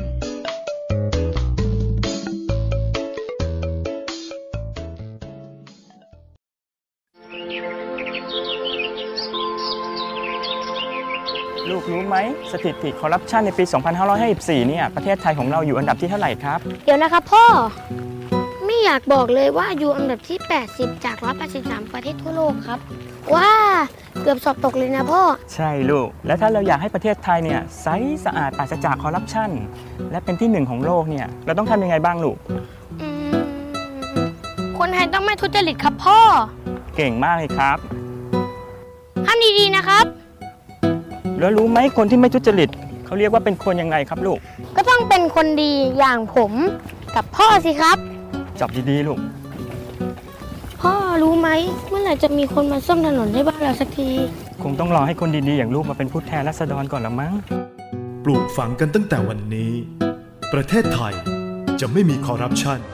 Speaker 4: ลูกรู้ไหมสถิติคอร์รัปชันในปี สองพันห้าร้อยห้าสิบสี่ เนี่ยประเทศไทยของเราอยู่อันดับที่เท่าไหร่ครับ
Speaker 5: เดี๋ยวนะครับพ่อไม่อยากบอกเลยว่าอยู่อันดับที่แปดสิบจากหนึ่งร้อยแปดสิบสามประเทศทั่วโลกครับว้าเกือบสอบตกเลยนะพ่อ
Speaker 4: ใช่ลูกแล้วถ้าเราอยากให้ประเทศไทยเนี่ยใสสะอาดปราศจากคอร์รัปชันและเป็นที่หนึ่งของโลกเนี่ยเราต้องทำยังไงบ้างลูก
Speaker 5: อืมคนไทยต้องไม่ทุจริตครับพ่อ
Speaker 4: เก่งมากเลยครับ
Speaker 5: ถ้าำดีๆนะครับ
Speaker 4: แล้วรู้ไหมคนที่ไม่ทุจริตเขาเรียกว่าเป็นคนยังไงครับลูก
Speaker 5: ก็ต้องเป็นคนดีอย่างผมกับพ่อสิครับ
Speaker 4: จับดีๆลูก
Speaker 5: พ่อรู้ไหมเมื่อไหร่จะมีคนมาซ่อมถนนให้บ้านเราสักที
Speaker 4: คงต้องรอให้คนดีๆอย่างลูกมาเป็นผู้แทนราษฎรก่อนละมั้ง
Speaker 3: ปลูกฝังกันตั้งแต่วันนี้ประเทศไทยจะไม่มีคอร์รัปชัน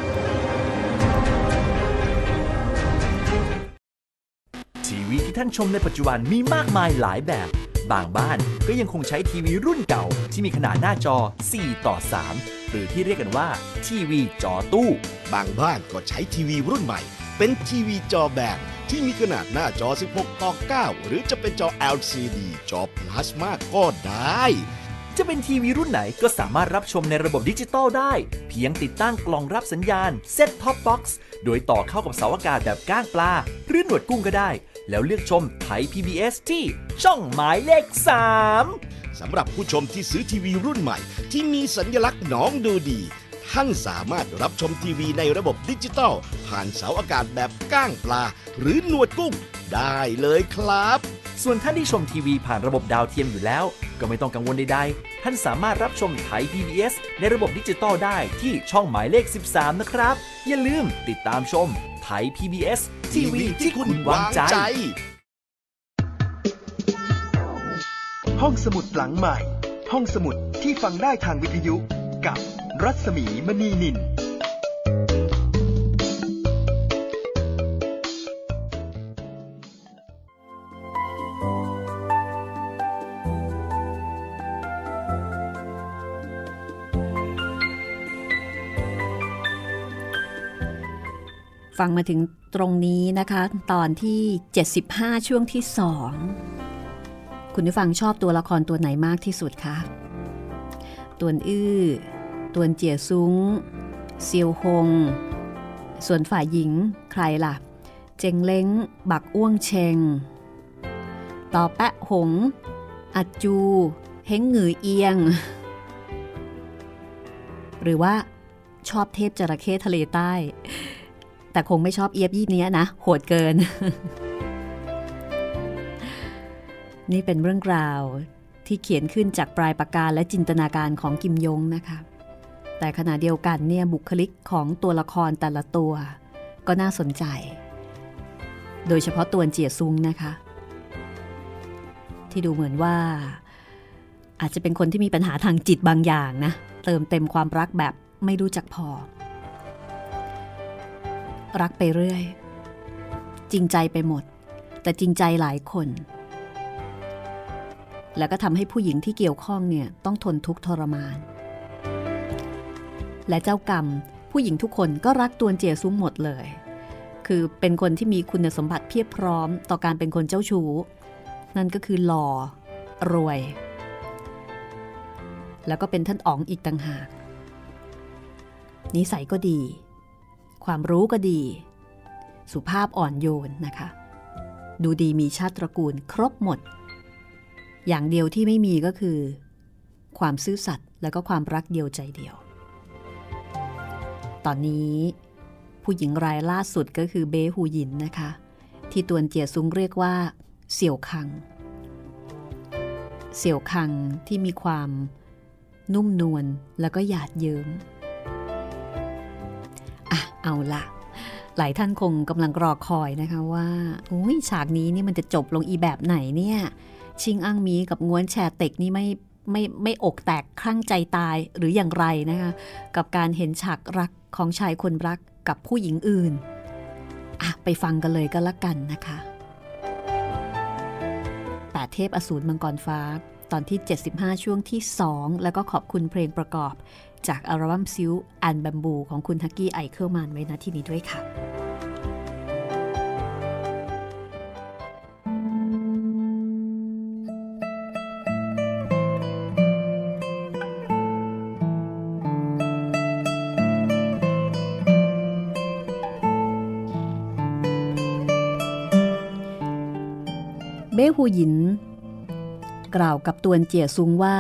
Speaker 6: ทีวีที่ท่านชมในปัจจุบันมีมากมายหลายแบบ บางบ้านก็ยังคงใช้ทีวีรุ่นเก่าที่มีขนาดหน้าจอ สี่ต่อสาม หรือที่เรียกกันว่าทีวีจอตู้
Speaker 7: บางบ้านก็ใช้ทีวีรุ่นใหม่เป็นทีวีจอแบนที่มีขนาดหน้าจอ สิบหกต่อเก้า หรือจะเป็นจอ แอล ซี ดี จอพลาสมาก็ได้
Speaker 6: จะเป็นทีวีรุ่นไหนก็สามารถรับชมในระบบดิจิตอลได้เพียงติดตั้งกล่องรับสัญญาณ Set Top Box โดยต่อเข้ากับเสาอากาศแบบก้างปลาหรือหนวดกุ้งก็ได้แล้วเลือกชมไทย พี บี เอส ที่ช่องหมายเลขสาม
Speaker 7: สำหรับผู้ชมที่ซื้อทีวีรุ่นใหม่ที่มีสัญลักษณ์น้องดูดีท่านสามารถรับชมทีวีในระบบดิจิตอลผ่านเสาอากาศแบบก้างปลาหรือหนวดกุ้งได้เลยครับ
Speaker 6: ส่วนท่านที่ชมทีวีผ่านระบบดาวเทียมอยู่แล้วก็ไม่ต้องกังวลใดๆท่านสามารถรับชมไทย พี บี เอส ในระบบดิจิตอลได้ที่ช่องหมายเลขสิบสามนะครับอย่าลืมติดตามชมไทย พี บี เอส ทีวีที่คุณวางใจ
Speaker 1: ห้องสมุดหลังใหม่ห้องสมุดที่ฟังได้ทางวิทยุกับรัศมีมณีนิน
Speaker 2: ฟังมาถึงตรงนี้นะคะตอนที่เจ็ดสิบห้าช่วงที่สองคุณผู้ฟังชอบตัวละครตัวไหนมากที่สุดคะตวนอื้อตวนเจี๋ยซุ้งเซียวฮงส่วนฝ่ายหญิงใครล่ะเจงเล้งบักอ้วงเชงต่อแปะหงอัจจูเฮงหงือเอียงหรือว่าชอบเทพจระเข้ทะเลใต้แต่คงไม่ชอบเอียบยี่เนี้ยนะโหดเกิน นี่เป็นเรื่องราวที่เขียนขึ้นจากปลายปากกาและจินตนาการของกิมยงนะคะแต่ขณะเดียวกันเนี่ยบุคลิกของตัวละครแต่ละตัวก็น่าสนใจโดยเฉพาะตวนเจี๋ยซุงนะคะที่ดูเหมือนว่าอาจจะเป็นคนที่มีปัญหาทางจิตบางอย่างนะเติมเต็มความรักแบบไม่รู้จักพอรักไปเรื่อยจริงใจไปหมดแต่จริงใจหลายคนแล้วก็ทำให้ผู้หญิงที่เกี่ยวข้องเนี่ยต้องทนทุกข์ทรมานและเจ้ากรรมผู้หญิงทุกคนก็รักตวนเจี๋ยซุ้มหมดเลยคือเป็นคนที่มีคุณสมบัติเพียบพร้อมต่อการเป็นคนเจ้าชู้นั่นก็คือหล่อรวยแล้วก็เป็นท่านอ๋องอีกต่างหากนิสัยก็ดีความรู้ก็ดีสุภาพอ่อนโยนนะคะดูดีมีชาติตระกูลครบหมดอย่างเดียวที่ไม่มีก็คือความซื่อสัตย์แล้วก็ความรักเดียวใจเดียวตอนนี้ผู้หญิงรายล่าสุดก็คือเบ้หูหยินนะคะที่ตวนเจี๋ยซุงเรียกว่าเสี่ยวคังเสี่ยวคังที่มีความนุ่มนวลแล้วก็หยาดเยิ้มอ่ะเอาละหลายท่านคงกำลังรอคอยนะคะว่าอุ้ยฉากนี้นี่มันจะจบลงอีแบบไหนเนี่ยชิงอั้งมีกับง้วนแชเต็กนี่ไม่ไม่ไม่อกแตกคลั่งใจตายหรืออย่างไรนะคะกับการเห็นฉากรักของชายคนรักกับผู้หญิงอื่นอ่ะไปฟังกันเลยก็แล้วกันนะคะแปดเทพอสูรมังกรฟ้าตอนที่เจ็ดสิบห้าช่วงที่สองแล้วก็ขอบคุณเพลงประกอบจากอัลบั้มซิลแอนด์แบมบูของคุณฮักกี้ไอเคิลแมนไว้ณที่นี้ด้วยค่ะเบ้หูหยินกล่าวกับตวนเจี๋ยซุงว่า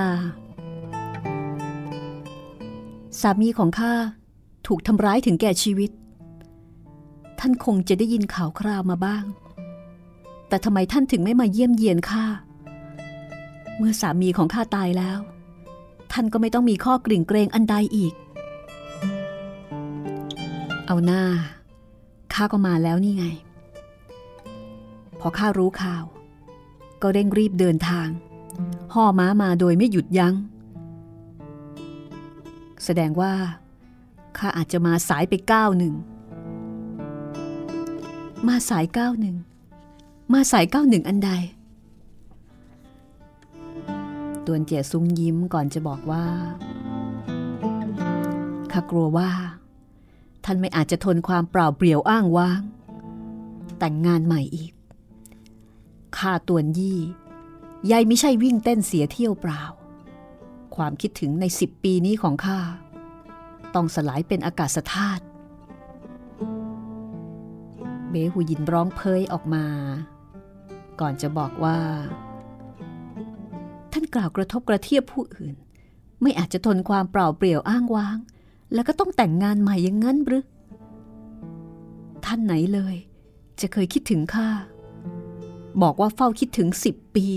Speaker 2: สามีของข้าถูกทำร้ายถึงแก่ชีวิตท่านคงจะได้ยินข่าวคราวมาบ้างแต่ทำไมท่านถึงไม่มาเยี่ยมเยียนข้าเมื่อสามีของข้าตายแล้วท่านก็ไม่ต้องมีข้อกลิ่งเกรงอันใดอีกเอาหน้าข้าก็มาแล้วนี่ไงพอข้ารู้ข่าวก็เร่งรีบเดินทางห่อม้ามาโดยไม่หยุดยัง้งแสดงว่าข้าอาจจะมาสายไปก้าวหนึ่งมาสายก้าวหนึ่งมาสายก้าวหนึ่งอันใดตวนเจี๋ยซุ้งยิ้มก่อนจะบอกว่าข้ากลัวว่าท่านไม่อาจจะทนความเปล่าเปลี่ยวอ้างว้างแต่งงานใหม่อีกข้าตวนยี่ยายไม่ใช่วิ่งเต้นเสียเที่ยวเปล่าความคิดถึงในสิบปีนี้ของข้าต้องสลายเป็นอากาศธาตุเบหูยินร้องเพ้ยออกมาก่อนจะบอกว่าท่านกล่าวกระทบกระเทียบผู้อื่นไม่อาจจะทนความเปล่าเปลี่ยวอ้างว้างแล้วก็ต้องแต่งงานใหม่อย่างนั้นหรือท่านไหนเลยจะเคยคิดถึงข้าบอกว่าเฝ้าคิดถึงสิบปี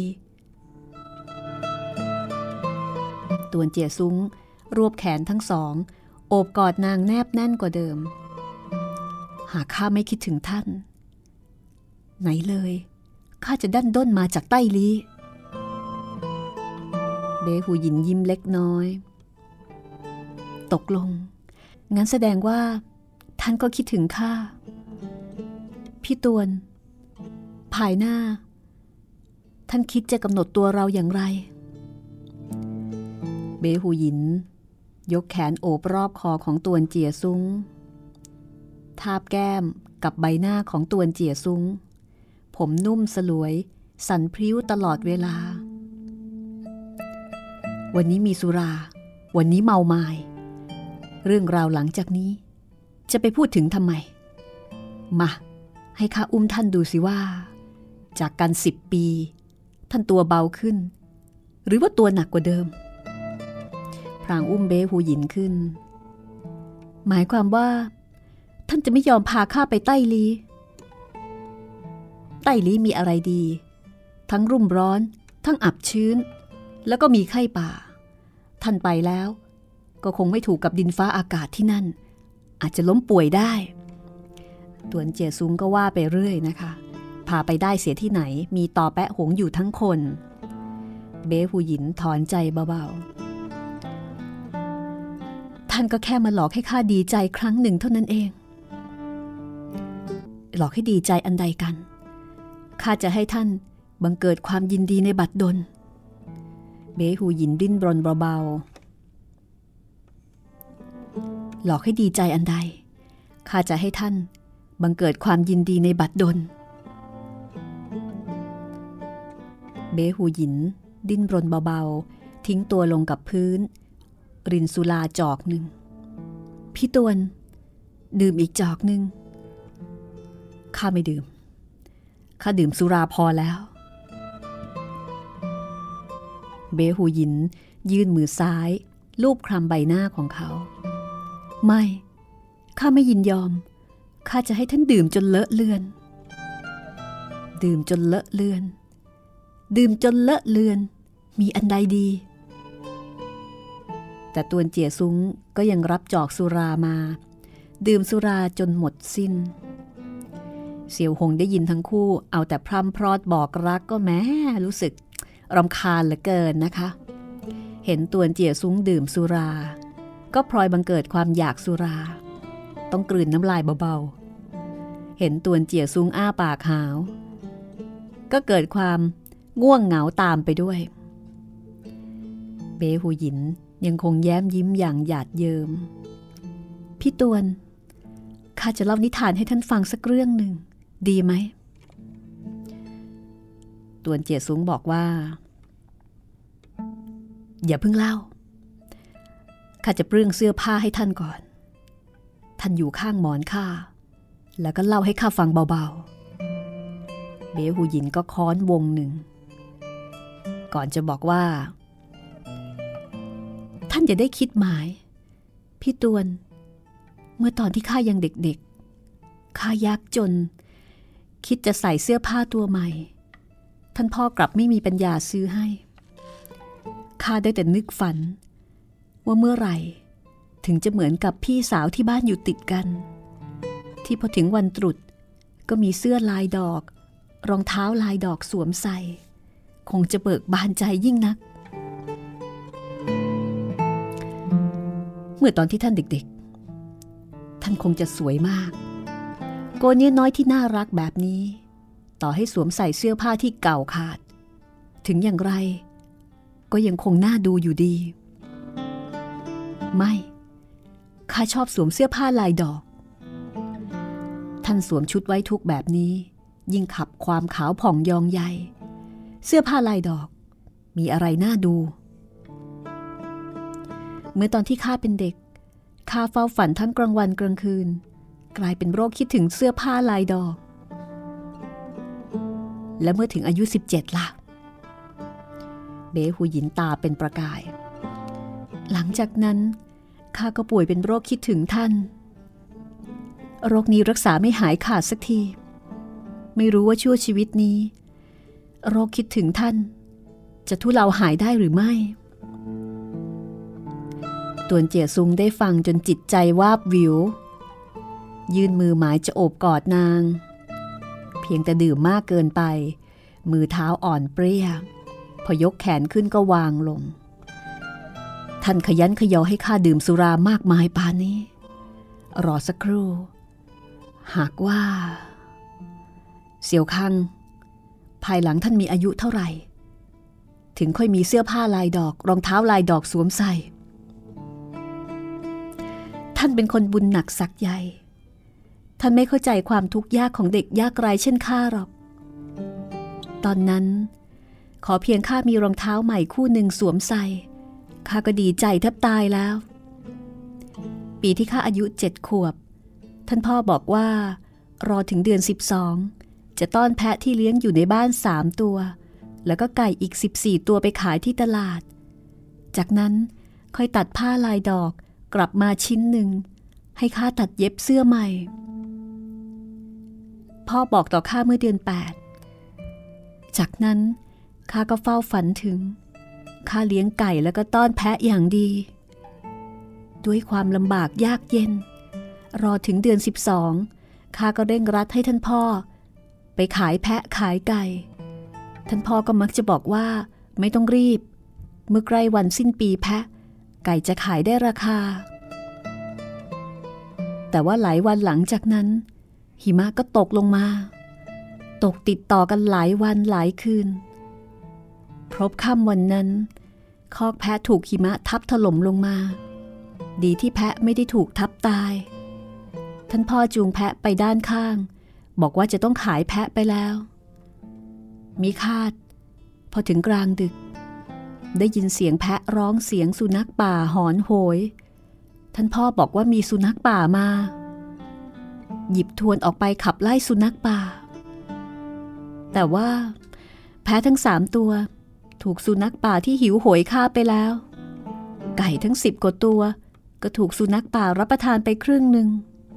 Speaker 2: ตวนเจี๋ยซุ้งรวบแขนทั้งสองโอบกอดนางแนบแน่นกว่าเดิมหากข้าไม่คิดถึงท่านไหนเลยข้าจะดันด้นมาจากใต้ลี้เบหูหยินยิ้มเล็กน้อยตกลงงั้นแสดงว่าท่านก็คิดถึงข้าพี่ตวนภายหน้าท่านคิดจะกำหนดตัวเราอย่างไรเบหูหยินยกแขนโอบรอบคอของตวนเจี๋ยซุ้งทาบแก้มกับใบหน้าของตวนเจี๋ยซุ้งผมนุ่มสลวยสั่นพริ้วตลอดเวลาวันนี้มีสุราวันนี้เมาไม้เรื่องราวหลังจากนี้จะไปพูดถึงทำไมมาให้ข้าอุ้มท่านดูสิว่าจากกันสิบปีท่านตัวเบาขึ้นหรือว่าตัวหนักกว่าเดิมพรางอุ้มเบหูหยินขึ้นหมายความว่าท่านจะไม่ยอมพาข้าไปใต้ลีใต้ลีมีอะไรดีทั้งรุ่มร้อนทั้งอับชื้นแล้วก็มีไข้ป่าท่านไปแล้วก็คงไม่ถูกกับดินฟ้าอากาศที่นั่นอาจจะล้มป่วยได้ตวนเจี๋ยซุ้งก็ว่าไปเรื่อยนะคะพาไปได้เสียที่ไหนมีต่อแปะหงอยู่ทั้งคนเบหูหยินถอนใจเบาๆท่านก็แค่มาหลอกให้ข้าดีใจครั้งหนึ่งเท่านั้นเองหลอกให้ดีใจอันใดกันข้าจะให้ท่านบังเกิดความยินดีในบัดดลเบหูหยินดิ้นรนเบาๆหลอกให้ดีใจอันใดข้าจะให้ท่านบังเกิดความยินดีในบัดดลเบหูหยินดิ้นรนเบาๆทิ้งตัวลงกับพื้นรินสุราจอกหนึ่งพี่ตวนดื่มอีกจอกหนึ่งข้าไม่ดื่มข้าดื่มสุราพอแล้วเบหูหยินยื่นมือซ้ายลูบคลำใบหน้าของเขาไม่ข้าไม่ยินยอมข้าจะให้ท่านดื่มจนเลอะเลือนดื่มจนเลอะเลือนดื่มจนเลอะเลือนมีอันใดดีแต่ตวนเจี๋ยซุ้งก็ยังรับจอกสุรามาดื่มสุราจนหมดสิ้นเสี่ยวหงได้ยินทั้งคู่เอาแต่พร่ำพรอดบอกรักก็แม้รู้สึกรำคาญเหลือเกินนะคะเห็นตวนเจี๋ยซุ้งดื่มสุราก็พลอยบังเกิดความอยากสุราต้องกลืนน้ำลายเบาๆเห็นตวนเจี๋ยซุ้งอ้าปากหาวก็เกิดความง่วงเหงาตามไปด้วยเบหูหยินยังคงแย้มยิ้มอย่างหยาดเยิมพี่ตวนข้าจะเล่านิทานให้ท่านฟังสักเรื่องหนึ่งดีไหมตวนเจี๋ยซุ้งบอกว่าอย่าเพิ่งเล่าข้าจะเปลื้องเสื้อผ้าให้ท่านก่อนท่านอยู่ข้างหมอนข้าแล้วก็เล่าให้ข้าฟังเบาๆเบหูหยินก็ค้อนวงหนึ่งก่อนจะบอกว่าท่านอย่าได้คิดหมายพี่ตวนเมื่อตอนที่ข้ายังเด็กๆข้ายากจนคิดจะใส่เสื้อผ้าตัวใหม่ท่านพ่อกลับไม่มีปัญญาซื้อให้ข้าได้แต่นึกฝันว่าเมื่อไหร่ถึงจะเหมือนกับพี่สาวที่บ้านอยู่ติดกันที่พอถึงวันตรุษก็มีเสื้อลายดอกรองเท้าลายดอกสวมใส่คงจะเบิกบานใจยิ่งนักเมื่อตอนที่ท่านเด็กๆท่านคงจะสวยมากโกเนี้ยน้อยที่น่ารักแบบนี้ต่อให้สวมใส่เสื้อผ้าที่เก่าขาดถึงอย่างไรก็ยังคงน่าดูอยู่ดีไม่ข้าชอบสวมเสื้อผ้าลายดอกท่านสวมชุดไว้ทุกแบบนี้ยิ่งขับความขาวผ่องยองใยเสื้อผ้าลายดอกมีอะไรน่าดูเมื่อตอนที่ข้าเป็นเด็กข้าเฝ้าฝันทั้งกลางวันกลางคืนกลายเป็นโรคคิดถึงเสื้อผ้าลายดอกและเมื่อถึงอายุสิบเจ็ดล่ะเบหูหยินตาเป็นประกายหลังจากนั้นข้าก็ป่วยเป็นโรคคิดถึงท่านโรคนี้รักษาไม่หายขาดสักทีไม่รู้ว่าชั่วชีวิตนี้โรคคิดถึงท่านจะทุเลาหายได้หรือไม่ตวนเจี๋ยซุงได้ฟังจนจิตใจวาบวิวยื่นมือหมายจะโอบกอดนางเพียงแต่ดื่มมากเกินไปมือเท้าอ่อนเปรี้ยพอยกแขนขึ้นก็วางลงท่านขยันขยอให้ข้าดื่มสุรามากมายปานนี้รอสักครู่หากว่าเสี่ยวคังภายหลังท่านมีอายุเท่าไหร่ถึงค่อยมีเสื้อผ้าลายดอกรองเท้าลายดอกสวมใส่ท่านเป็นคนบุญหนักสักใหญ่ท่านไม่เข้าใจความทุกข์ยากของเด็กยากไร้เช่นข้าหรอกตอนนั้นขอเพียงข้ามีรองเท้าใหม่คู่หนึ่งสวมใส่ข้าก็ดีใจแทบตายแล้วปีที่ข้าอายุเจ็ดขวบท่านพ่อบอกว่ารอถึงเดือนสิบสองจะต้อนแพะที่เลี้ยงอยู่ในบ้านสามตัวแล้วก็ไก่อีกสิบสี่ตัวไปขายที่ตลาดจากนั้นค่อยตัดผ้าลายดอกกลับมาชิ้นหนึ่งให้ข้าตัดเย็บเสื้อใหม่พ่อบอกต่อข้าเมื่อเดือนแปดจากนั้นข้าก็เฝ้าฝันถึงข้าเลี้ยงไก่แล้วก็ต้อนแพะอย่างดีด้วยความลำบากยากเย็นรอถึงเดือนสิบสองข้าก็เร่งรัดให้ท่านพ่อไปขายแพะขายไก่ท่านพ่อก็มักจะบอกว่าไม่ต้องรีบเมื่อใกล้วันสิ้นปีแพะไก่จะขายได้ราคาแต่ว่าหลายวันหลังจากนั้นหิมะก็ตกลงมาตกติดต่อกันหลายวันหลายคืนพบค่ำวันนั้นคอกแพะถูกหิมะทับถล่มลงมาดีที่แพะไม่ได้ถูกทับตายท่านพ่อจูงแพะไปด้านข้างบอกว่าจะต้องขายแพะไปแล้วมิคาดพอถึงกลางดึกได้ยินเสียงแพะร้องเสียงสุนัขป่าหอนโหยท่านพ่อบอกว่ามีสุนัขป่ามาหยิบทวนออกไปขับไล่สุนัขป่าแต่ว่าแพะทั้งสามตัวถูกสุนัขป่าที่หิวโหยฆ่าไปแล้วไก่ทั้งสิบกว่าตัวก็ถูกสุนัขป่ารับประทานไปครึ่งหนึ่ง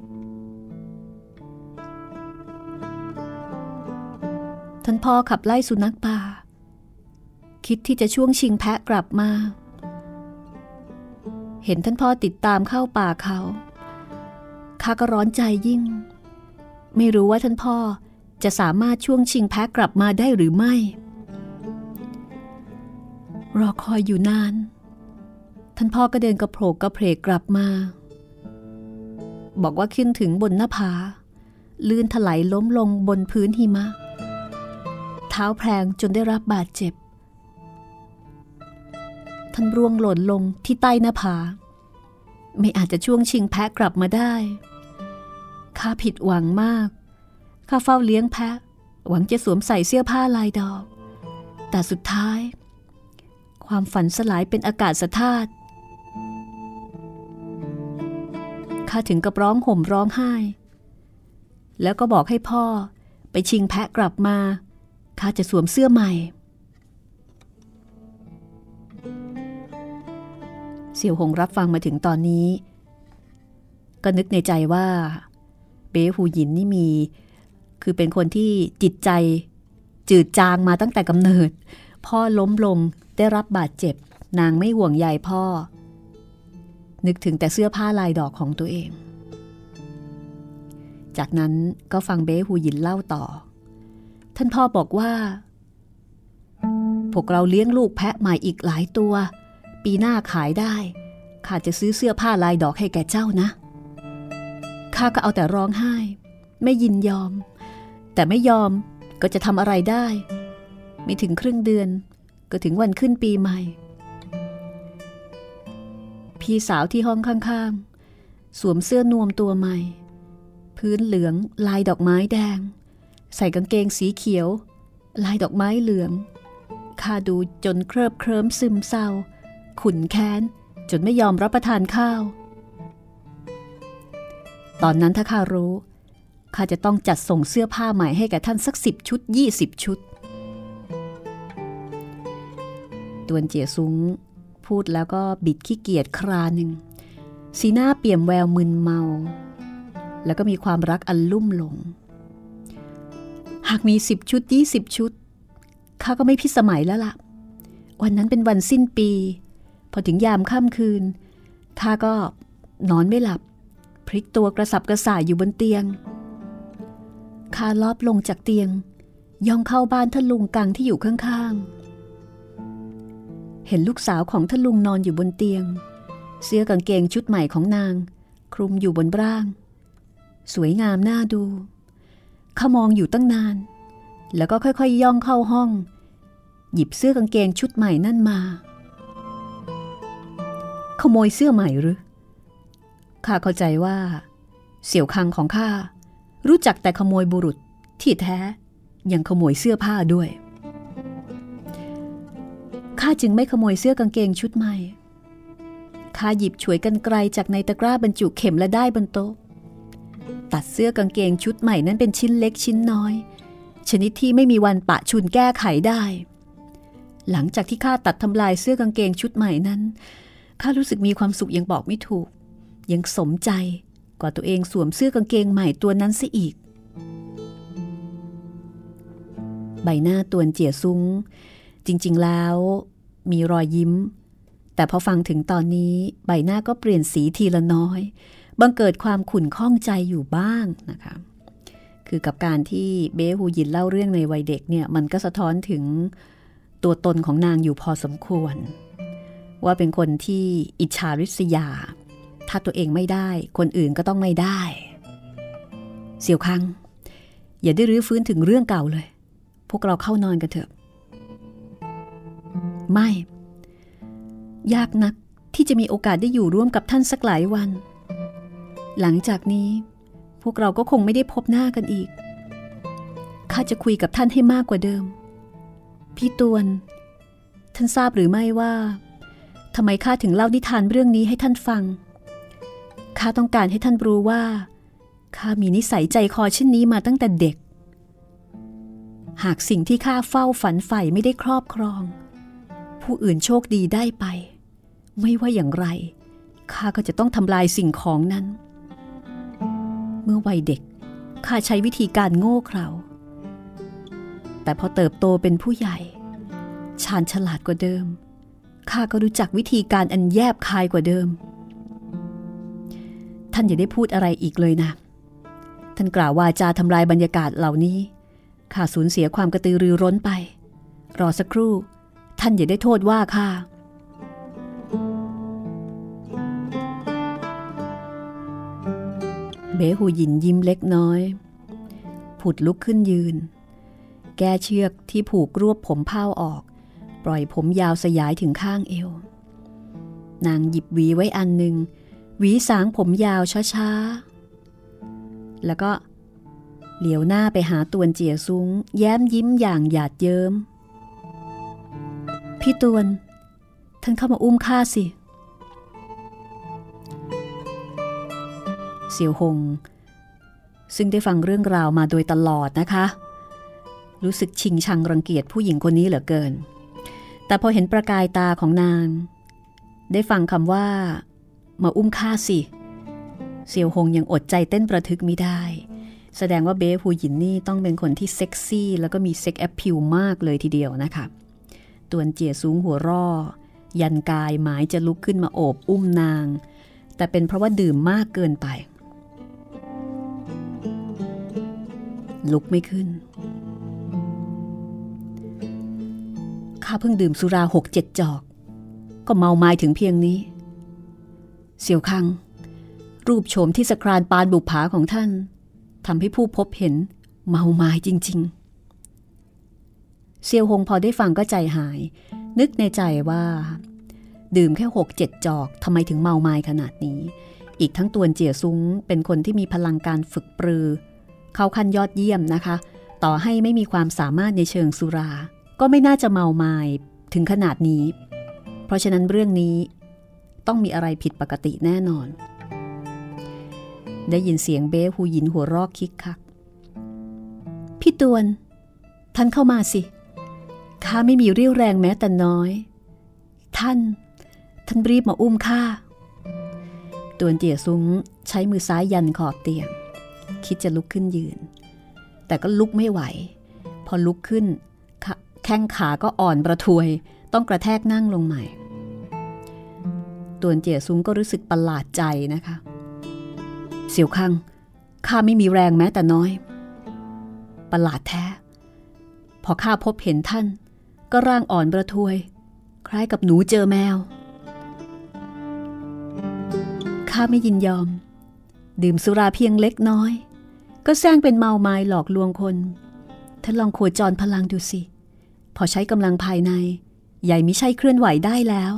Speaker 2: ท่านพ่อขับไล่สุนัขป่าคิดที่จะช่วงชิงแพะกลับมาเห็นท่านพ่อติดตามเข้าป่าเขาข้าก็ร้อนใจยิ่งไม่รู้ว่าท่านพ่อจะสามารถช่วงชิงแพะกลับมาได้หรือไม่รอคอยอยู่นานท่านพ่อก็เดินกระโผกกระเพกกลับมาบอกว่าขึ้นถึงบนหน้าผาลื่นถลายล้มลงบนพื้นหิมะเท้าแพลงจนได้รับบาดเจ็บท่านร่วงหล่นลงที่ใต้หน้าผาไม่อาจจะช่วงชิงแพะกลับมาได้ข้าผิดหวังมากข้าเฝ้าเลี้ยงแพะหวังจะสวมใส่เสื้อผ้าลายดอกแต่สุดท้ายความฝันสลายเป็นอากาศธาตุข้าถึงกับร้องห่มร้องไห้แล้วก็บอกให้พ่อไปชิงแพะกลับมาข้าจะสวมเสื้อใหม่เสี่ยวหงรับฟังมาถึงตอนนี้ก็นึกในใจว่าเบหูหยินนี่มีคือเป็นคนที่จิตใจจืดจางมาตั้งแต่กำเนิดพ่อล้มลงได้รับบาดเจ็บนางไม่ห่วงใยพ่อนึกถึงแต่เสื้อผ้าลายดอกของตัวเองจากนั้นก็ฟังเบ้ฮูหยินเล่าต่อท่านพ่อบอกว่าพวกเราเลี้ยงลูกแพะใหม่อีกหลายตัวปีหน้าขายได้ข้าจะซื้อเสื้อผ้าลายดอกให้แก่เจ้านะข้าก็เอาแต่ร้องไห้ไม่ยินยอมแต่ไม่ยอมก็จะทำอะไรได้ไม่ถึงครึ่งเดือนก็ถึงวันขึ้นปีใหม่พี่สาวที่ห้องข้างๆสวมเสื้อนวมตัวใหม่พื้นเหลืองลายดอกไม้แดงใส่กางเกงสีเขียวลายดอกไม้เหลืองข้าดูจนเคลิบเคลิ้มซึมเศร้าขุ่นแค้นจนไม่ยอมรับประทานข้าวตอนนั้นถ้าข้ารู้ข้าจะต้องจัดส่งเสื้อผ้าใหม่ให้แก่ท่านสักสิบชุดยี่สิบชุดตวนเจี๋ยซุ้งพูดแล้วก็บิดขี้เกียจคราหนึ่งสีหน้าเปี่ยมแววมึนเมาแล้วก็มีความรักอันลุ่มหลงหากมีสิบชุดยี่สิบชุดข้าก็ไม่พิสมัยแล้วล่ะวันนั้นเป็นวันสิ้นปีพอถึงยามค่ำคืนข้าก็นอนไม่หลับพลิกตัวกระสับกระส่ายอยู่บนเตียงข้าลอบลงจากเตียงย่องเข้าบ้านท่านลุงกังที่อยู่ข้างๆเห็นลูกสาวของท่านลุงนอนอยู่บนเตียงเสื้อกางเกงชุดใหม่ของนางคลุมอยู่บนร่างสวยงามน่าดูข้ามองอยู่ตั้งนานแล้วก็ค่อยๆ ย่องเข้าห้องหยิบเสื้อกางเกงชุดใหม่นั่นมาขโมยเสื้อใหม่หรือข้าเข้าใจว่าเสี่ยวคังของข้ารู้จักแต่ขโมยบุรุษที่แท้ยังขโมยเสื้อผ้าด้วยข้าจึงไม่ขโมยเสื้อกางเกงชุดใหม่ข้าหยิบฉวยกรรไกรจากในตะกร้าบรรจุเข็มและได้บนโต๊ะตัดเสื้อกางเกงชุดใหม่นั้นเป็นชิ้นเล็กชิ้นน้อยชนิดที่ไม่มีวันปะชุนแก้ไขได้หลังจากที่ข้าตัดทำลายเสื้อกางเกงชุดใหม่นั้นข้ารู้สึกมีความสุขยังบอกไม่ถูกยังสมใจกว่าตัวเองสวมเสื้อกางเกงใหม่ตัวนั้นซะอีกใบหน้าตวนเจี๋ยซุ้งจริงๆแล้วมีรอยยิ้มแต่พอฟังถึงตอนนี้ใบหน้าก็เปลี่ยนสีทีละน้อยบังเกิดความขุ่นข้องใจอยู่บ้างนะคะคือกับการที่เบ้ฮูหยินเล่าเรื่องในวัยเด็กเนี่ยมันก็สะท้อนถึงตัวตนของนางอยู่พอสมควรว่าเป็นคนที่อิจฉาริษยาถ้าตัวเองไม่ได้คนอื่นก็ต้องไม่ได้เสี่ยวคังอย่าได้รื้อฟื้นถึงเรื่องเก่าเลยพวกเราเข้านอนกันเถอะไม่ยากนักที่จะมีโอกาสได้อยู่ร่วมกับท่านสักหลายวันหลังจากนี้พวกเราก็คงไม่ได้พบหน้ากันอีกข้าจะคุยกับท่านให้มากกว่าเดิมพี่ตวนท่านทราบหรือไม่ว่าทำไมข้าถึงเล่านิทานเรื่องนี้ให้ท่านฟังข้าต้องการให้ท่านรู้ว่าข้ามีนิสัยใจคอเช่นนี้มาตั้งแต่เด็กหากสิ่งที่ข้าเฝ้าฝันใฝ่ไม่ได้ครอบครองผู้อื่นโชคดีได้ไปไม่ว่าอย่างไรข้าก็จะต้องทำลายสิ่งของนั้นเมื่อวัยเด็กข้าใช้วิธีการโง่เขลาแต่พอเติบโตเป็นผู้ใหญ่ชาญฉลาดกว่าเดิมข้าก็รู้จักวิธีการอันแยบคายกว่าเดิมท่านอย่าได้พูดอะไรอีกเลยนะท่านกล่าววาจาทำลายบรรยากาศเหล่านี้ข้าสูญเสียความกระตือรือร้นไปรอสักครู่ท่านอย่าได้โทษว่าข้าเบ้ฮูหยินยิ้มเล็กน้อยผุดลุกขึ้นยืนแก้เชือกที่ผูกรวบผมเผ้าออกปล่อยผมยาวสยายถึงข้างเอวนางหยิบหวีไว้อันหนึ่งหวีสางผมยาวช้าๆแล้วก็เหลียวหน้าไปหาตวนเจี๋ยซุ้งแย้มยิ้มอย่างหยาดเยิ้มพี่ตวนท่านเข้ามาอุ้มข้าสิเสี่ยวหงซึ่งได้ฟังเรื่องราวมาโดยตลอดนะคะรู้สึกชิงชังรังเกียจผู้หญิงคนนี้เหลือเกินแต่พอเห็นประกายตาของนางได้ฟังคำว่ามาอุ้มข้าสิเสี่ยวหงยังอดใจเต้นประทึกมิได้แสดงว่าเบ้ฮูหยินนี่ต้องเป็นคนที่เซ็กซี่แล้วก็มีเซ็กแอพพิลมากเลยทีเดียวนะคะตวนเจี๋ยซุงหัวร่อยันกายหมายจะลุกขึ้นมาโอบอุ้มนางแต่เป็นเพราะว่าดื่มมากเกินไปลุกไม่ขึ้นข้าเพิ่งดื่มสุราหกเจ็ดจอกก็เมาไม้ถึงเพียงนี้เสี่ยวคังรูปโฉมที่สครานปานบุปผาของท่านทำให้ผู้พบเห็นเมาไม้จริงๆเซียวหงพอได้ฟังก็ใจหายนึกในใจว่าดื่มแค่หกเจ็ดจอกทำไมถึงเมาไม้ขนาดนี้อีกทั้งตวนเจี๋ยซุงเป็นคนที่มีพลังการฝึกปรือเข้าขั้นยอดเยี่ยมนะคะต่อให้ไม่มีความสามารถในเชิงสุราก็ไม่น่าจะเมาไม้ถึงขนาดนี้เพราะฉะนั้นเรื่องนี้ต้องมีอะไรผิดปกติแน่นอนได้ยินเสียงเบ้ฮูหยินหัวรอกคิกคักพี่ตวนท่านเข้ามาสิข้าไม่มีเรี่ยวแรงแม้แต่น้อยท่านท่านรีบมาอุ้มข้าตวนเจี๋ยซุงใช้มือซ้ายยันขอบเตียงคิดจะลุกขึ้นยืนแต่ก็ลุกไม่ไหวพอลุกขึ้นแข้งขาก็อ่อนประทวยต้องกระแทกนั่งลงใหม่ตวนเจี๋ยซุงก็รู้สึกประหลาดใจนะคะเสี่ยวคังข้าไม่มีแรงแม้แต่น้อยประหลาดแท้พอข้าพบเห็นท่านก็ร่างอ่อนประทวยคล้ายกับหนูเจอแมวข้าไม่ยินยอมดื่มสุราเพียงเล็กน้อยก็แซงเป็นเมาไม้หลอกลวงคนท่านลองโคจรพลังดูสิพอใช้กำลังภายในใหญ่มิใช่เคลื่อนไหวได้แล้ว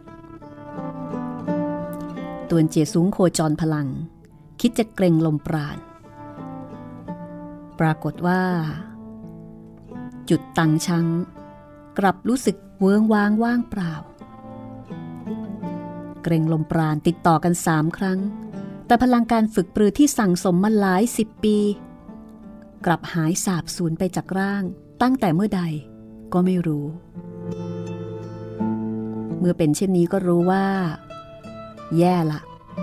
Speaker 2: ตวนเจี๋ยซุงโคจรพลังคิดจะเกรงลมปราณปรากฏว่าจุดตังชังกลับรู้สึกเวิ้งว้างว่างเปล่าเกรงลมปราณติดต่อกันสามครั้งแต่พลังการฝึกปรือที่สั่งสมมาหลายสิบปีกลับหายสาบสูญไปจากร่างตั้งแต่เมื่อใดก็ไม่รู้เมื่อเป็นเช่นนี้ก็รู้ว่าแย่ละ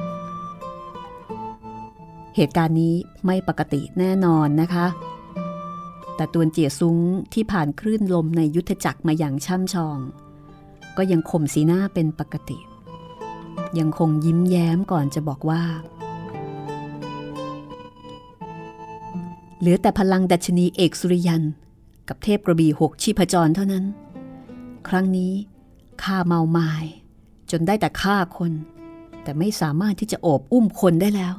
Speaker 2: เหตุการณ์นี้ไม่ปกติแน่นอนนะคะแต่ตวนเจี๋ยซุงที่ผ่านคลื่นลมในยุทธจักรมาอย่างช่ำชองก็ยังข่มสีหน้าเป็นปกติยังคงยิ้มแย้มก่อนจะบอกว่าเหลือแต่พลังดัชนีเอกสุริยันกับเทพกระบี่หกชีพจรเท่านั้นครั้งนี้ข้าเมาไม้จนได้แต่ฆ่าคนแต่ไม่สามารถที่จะโอบอุ้มคนได้แล้ว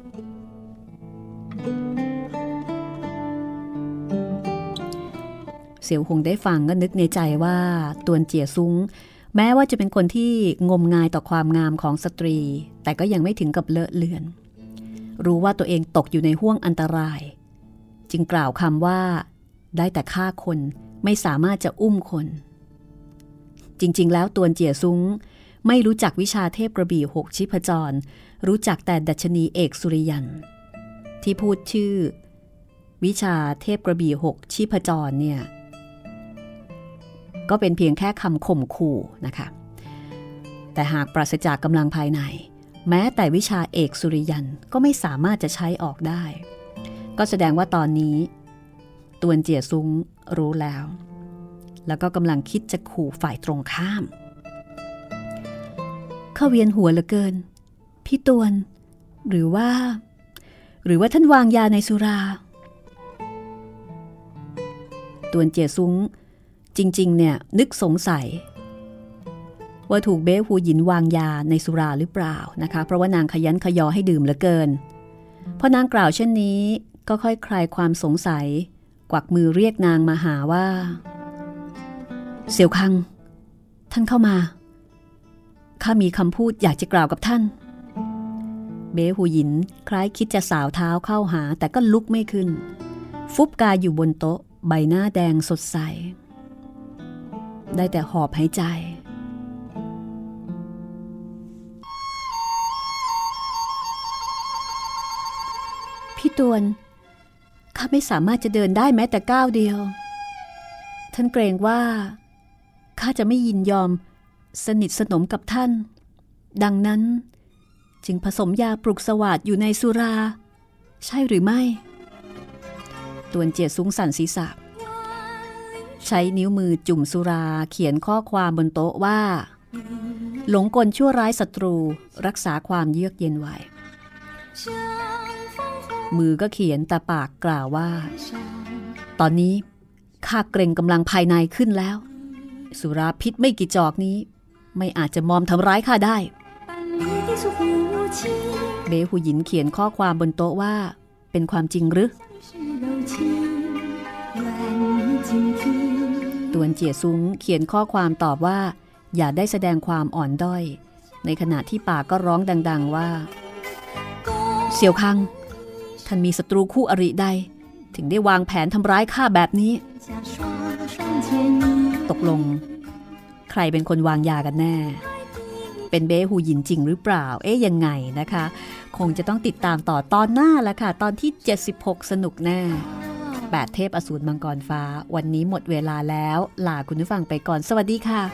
Speaker 2: เสี่ยวหงได้ฟังก็นึกในใจว่าตวนเจี๋ยซุงแม้ว่าจะเป็นคนที่งมงายต่อความงามของสตรีแต่ก็ยังไม่ถึงกับเลอะเลือนรู้ว่าตัวเองตกอยู่ในห้วงอันตรายจึงกล่าวคำว่าได้แต่ฆ่าคนไม่สามารถจะอุ้มคนจริงๆแล้วตวนเจี๋ยซุงไม่รู้จักวิชาเทพกระบี่หกชิพจรรู้จักแต่ดัชนีเอกสุริยันที่พูดชื่อวิชาเทพกระบี่หกชีพจรเนี่ยก็เป็นเพียงแค่คำข่มขู่นะคะแต่หากปราศจากกำลังภายในแม้แต่วิชาเอกสุริยันก็ไม่สามารถจะใช้ออกได้ก็แสดงว่าตอนนี้ตวนเจี๋ยซุงรู้แล้วแล้วก็กำลังคิดจะขู่ฝ่ายตรงข้ามเข้าเวียนหัวเหลือเกินพี่ตวนหรือว่าหรือว่าท่านวางยาในสุราตวนเจี๋ยซุงจริงๆเนี่ยนึกสงสัยว่าถูกเบ้ฮูหยินวางยาในสุราหรือเปล่านะคะเพราะว่านางขยันขยอให้ดื่มเหลือเกินพอนางกล่าวเช่นนี้ก็ค่อยคลายความสงสัยกวักมือเรียกนางมาหาว่าเสี่ยวคังท่านเข้ามาข้ามีคำพูดอยากจะกล่าวกับท่านเบ้ฮูหยินคล้ายคิดจะสาวเท้าเข้าหาแต่ก็ลุกไม่ขึ้นฟุบกายอยู่บนโต๊ะใบหน้าแดงสดใสได้แต่หอบหายใจพี่ตวนข้าไม่สามารถจะเดินได้แม้แต่ก้าวเดียวท่านเกรงว่าข้าจะไม่ยินยอมสนิทสนมกับท่านดังนั้นจึงผสมยาปลุกสวาทอยู่ในสุราใช่หรือไม่ตวนเจียซุ้งสั่นศีรษะใช้นิ้วมือจุ่มสุราเขียนข้อความบนโต๊ะว่าหลงกลชั่วร้ายศัตรูรักษาความเยือกเย็นไว้มือก็เขียนแต่ปากกล่าวว่าตอนนี้ข้าเกรงกำลังภายในขึ้นแล้วสุราพิษไม่กี่จอกนี้ไม่อาจจะมอมทำร้ายข้าได้เบหูหยินเขียนข้อความบนโต๊ะว่าเป็นความจริงหรือตวนเจียซุ้งเขียนข้อความตอบว่าอย่าได้แสดงความอ่อนด้อยในขณะที่ปากก็ร้องดังๆว่าเสี่ยวคังท่านมีศัตรูคู่อริใดถึงได้วางแผนทำร้ายข้าแบบนี้ตกลงใครเป็นคนวางยากันแน่เป็นเบ้หูหยินจริงหรือเปล่าเอ๊ยยังไงนะคะคงจะต้องติดตามต่อตอนหน้าละค่ะตอนที่เจ็ดสิบหกสนุกแน่แปดเทพอสูรมังกรฟ้าวันนี้หมดเวลาแล้วลาคุณผู้ฟังไปก่อนสวัสดีค่ะ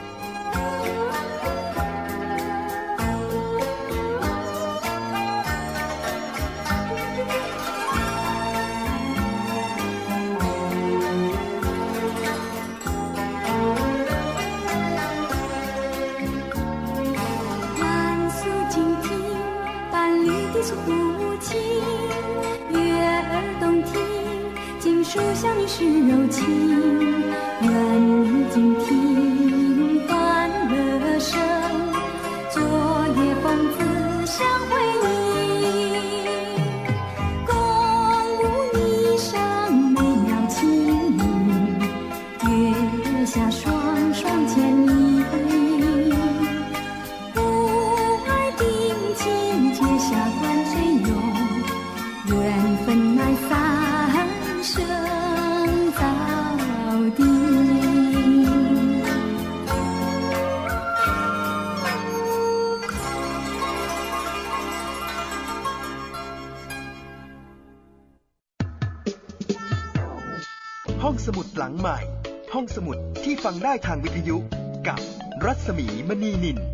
Speaker 8: 树下你是柔情，愿静听欢乐声，昨夜风子相会你，共舞霓裳美妙情意，月下双双牵你，不爱定情结下关谁有，缘分乃三生早定。
Speaker 1: ห้องสมุดหลังใหม่ห้องสมุดที่ฟังได้ทางวิทยุกับรัศมีมณีนิน